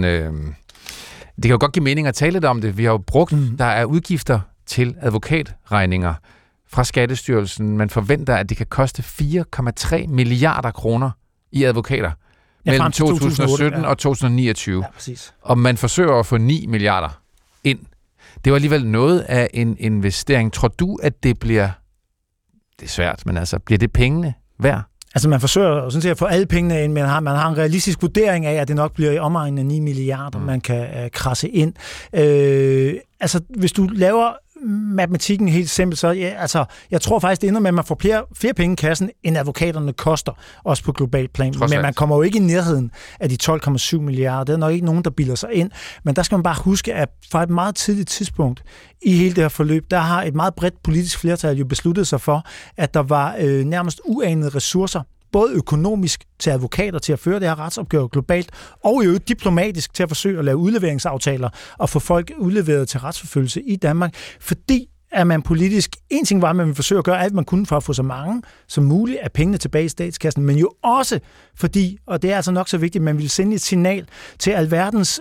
det kan jo godt give mening at tale lidt om det. Vi har jo brugt, der er udgifter til advokatregninger fra Skattestyrelsen. Man forventer, at det kan koste 4,3 milliarder kroner i advokater mellem 2017 og 2029. Ja, præcis. Og man forsøger at få 9 milliarder ind. Det var alligevel noget af en investering. Tror du, at det bliver... Det er svært, men altså, bliver det pengene værd? Altså man forsøger sådan set at få alle pengene ind, men man har en realistisk vurdering af, at det nok bliver i omegnen af 9 milliarder, man kan krasse ind. Altså hvis du laver matematikken helt simpelt, så jeg tror faktisk, det ender med, at man får flere penge i kassen, end advokaterne koster, også på global plan. Men man kommer jo ikke i nærheden af de 12,7 milliarder. Det er nok ikke nogen, der bilder sig ind. Men der skal man bare huske, at fra et meget tidligt tidspunkt i hele det her forløb, der har et meget bredt politisk flertal jo besluttet sig for, at der var nærmest uanede ressourcer, både økonomisk til advokater til at føre det her retsopgør globalt, og jo diplomatisk til at forsøge at lave udleveringsaftaler og få folk udleveret til retsforfølgelse i Danmark, fordi at man politisk, en ting var, at man ville forsøge at gøre alt, man kunne for at få så mange som muligt af pengene tilbage i statskassen, men jo også fordi, og det er altså nok så vigtigt, at man ville sende et signal til alverdens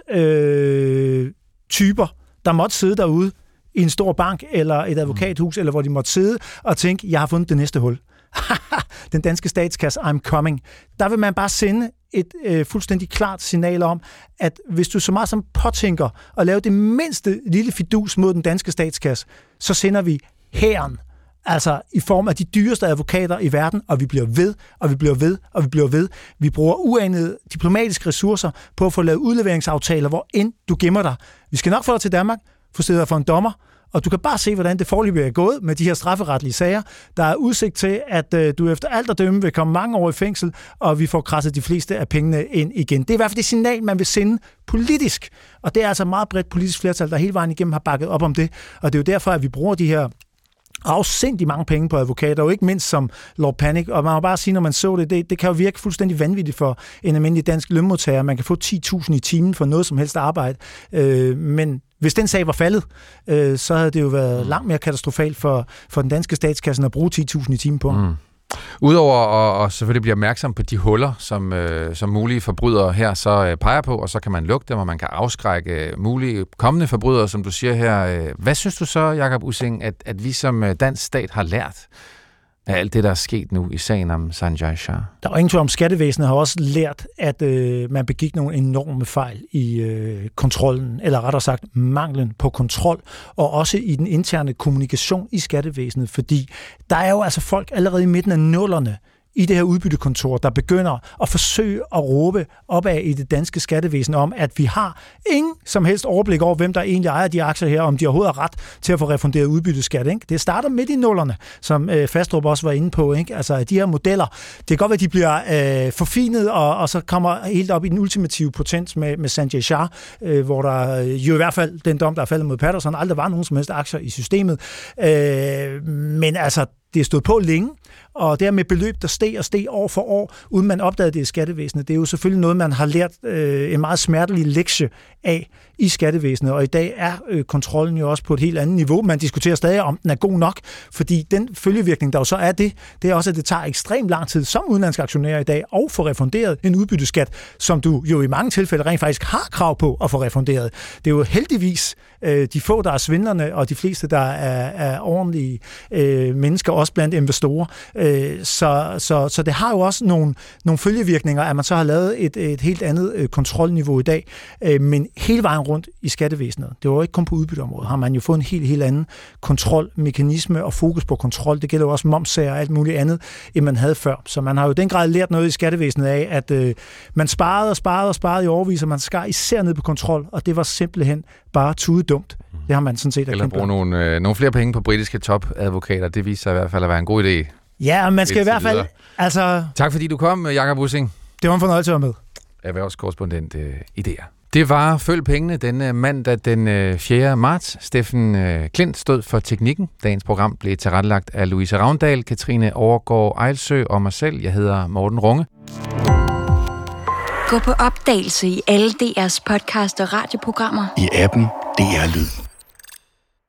typer, der måtte sidde derude i en stor bank eller et advokathus, eller hvor de måtte sidde og tænke, jeg har fundet det næste hul. Den danske statskasse, I'm coming. Der vil man bare sende et fuldstændig klart signal om, at hvis du så meget som påtænker at lave det mindste lille fidus mod den danske statskasse, så sender vi hæren, altså i form af de dyreste advokater i verden, og vi bliver ved, og vi bliver ved, og vi bliver ved. Vi bruger uanede diplomatiske ressourcer på at få lavet udleveringsaftaler, hvor end du gemmer dig. Vi skal nok få dig til Danmark, få stedet for en dommer, og du kan bare se, hvordan det foreløbig er gået med de her strafferetlige sager. Der er udsigt til, at du efter alt at dømme vil komme mange år i fængsel, og vi får krasset de fleste af pengene ind igen. Det er i hvert fald det signal, man vil sende politisk. Og det er altså meget bredt politisk flertal, der hele vejen igennem har bakket op om det. Og det er jo derfor, at vi bruger de her afsindig mange penge på advokater, og ikke mindst som Lord Panic. Og man må bare sige, når man så det kan jo virke fuldstændig vanvittigt for en almindelig dansk lønmodtager. Man kan få 10.000 i timen for noget som helst arbejde. Men hvis den sag var faldet, så havde det jo været langt mere katastrofalt for den danske statskasse at bruge 10.000 i timen på. Udover at selvfølgelig blive opmærksom på de huller, som mulige forbrydere her så peger på, og så kan man lukke dem, og man kan afskrække mulige kommende forbrydere, som du siger her. Hvad synes du så, Jakob Ussing, at vi som dansk stat har lært af alt det, der er sket nu i sagen om Sanjay Shah? Der er ingen tvivl om, skattevæsenet har også lært, at man begik nogle enorme fejl i kontrollen, eller rettere sagt manglen på kontrol, og også i den interne kommunikation i skattevæsenet, fordi der er jo altså folk allerede i midten af nullerne i det her udbyttekontor, der begynder at forsøge at råbe opad i det danske skattevæsen om, at vi har ingen som helst overblik over, hvem der egentlig ejer de aktier her, om de overhovedet har ret til at få refunderet udbytteskat. Ikke? Det starter midt i nullerne, som Fastrup også var inde på. Ikke? Altså de her modeller, det kan godt være, at de bliver forfinet, og så kommer helt op i den ultimative potens med Sanjay Shah, hvor der jo i hvert fald den dom, der er faldet mod Patterson, aldrig var nogen som helst aktier i systemet. Men altså, det er stået på længe, og det her med beløb, der steg år for år, uden man opdagede det i skattevæsenet, det er jo selvfølgelig noget, man har lært en meget smertelig lektie af i skattevæsenet, og i dag er kontrollen jo også på et helt andet niveau. Man diskuterer stadig, om den er god nok, fordi den følgevirkning, der jo så er det er også, at det tager ekstremt lang tid som udenlandsk aktionær i dag at få refunderet en udbytteskat, som du jo i mange tilfælde rent faktisk har krav på at få refunderet. Det er jo heldigvis de få, der er svindlerne, og de fleste, der er ordentlige mennesker, også blandt investorer. Så det har jo også nogle følgevirkninger, at man så har lavet et helt andet kontrolniveau i dag. Men hele vejen rundt i skattevæsenet, det var jo ikke kun på udbytteområdet, har man jo fået en helt anden kontrolmekanisme og fokus på kontrol. Det gælder jo også momssager og alt muligt andet, end man havde før. Så man har jo i den grad lært noget i skattevæsenet af, at man sparede i årevis, og man skar især ned på kontrol, og det var simpelthen bare tudedumt. Det har man sådan set. Eller bruge nogle flere penge på britiske topadvokater. Det viser sig i hvert fald at være en god idé. Ja, man skal i hvert fald... Altså, tak fordi du kom, Jakob Ussing. Det var en fornøjelse at være med. Erhvervskorrespondent Idéer. Det var Følg Pengene denne mandag den 4. marts. Steffen Klint stod for teknikken. Dagens program blev tilrettelagt af Louise Ravndal, Katrine Overgaard Ejlsø og mig selv. Jeg hedder Morten Runge. Gå på opdagelse i alle DR's podcast og radioprogrammer. I appen DR Lyd.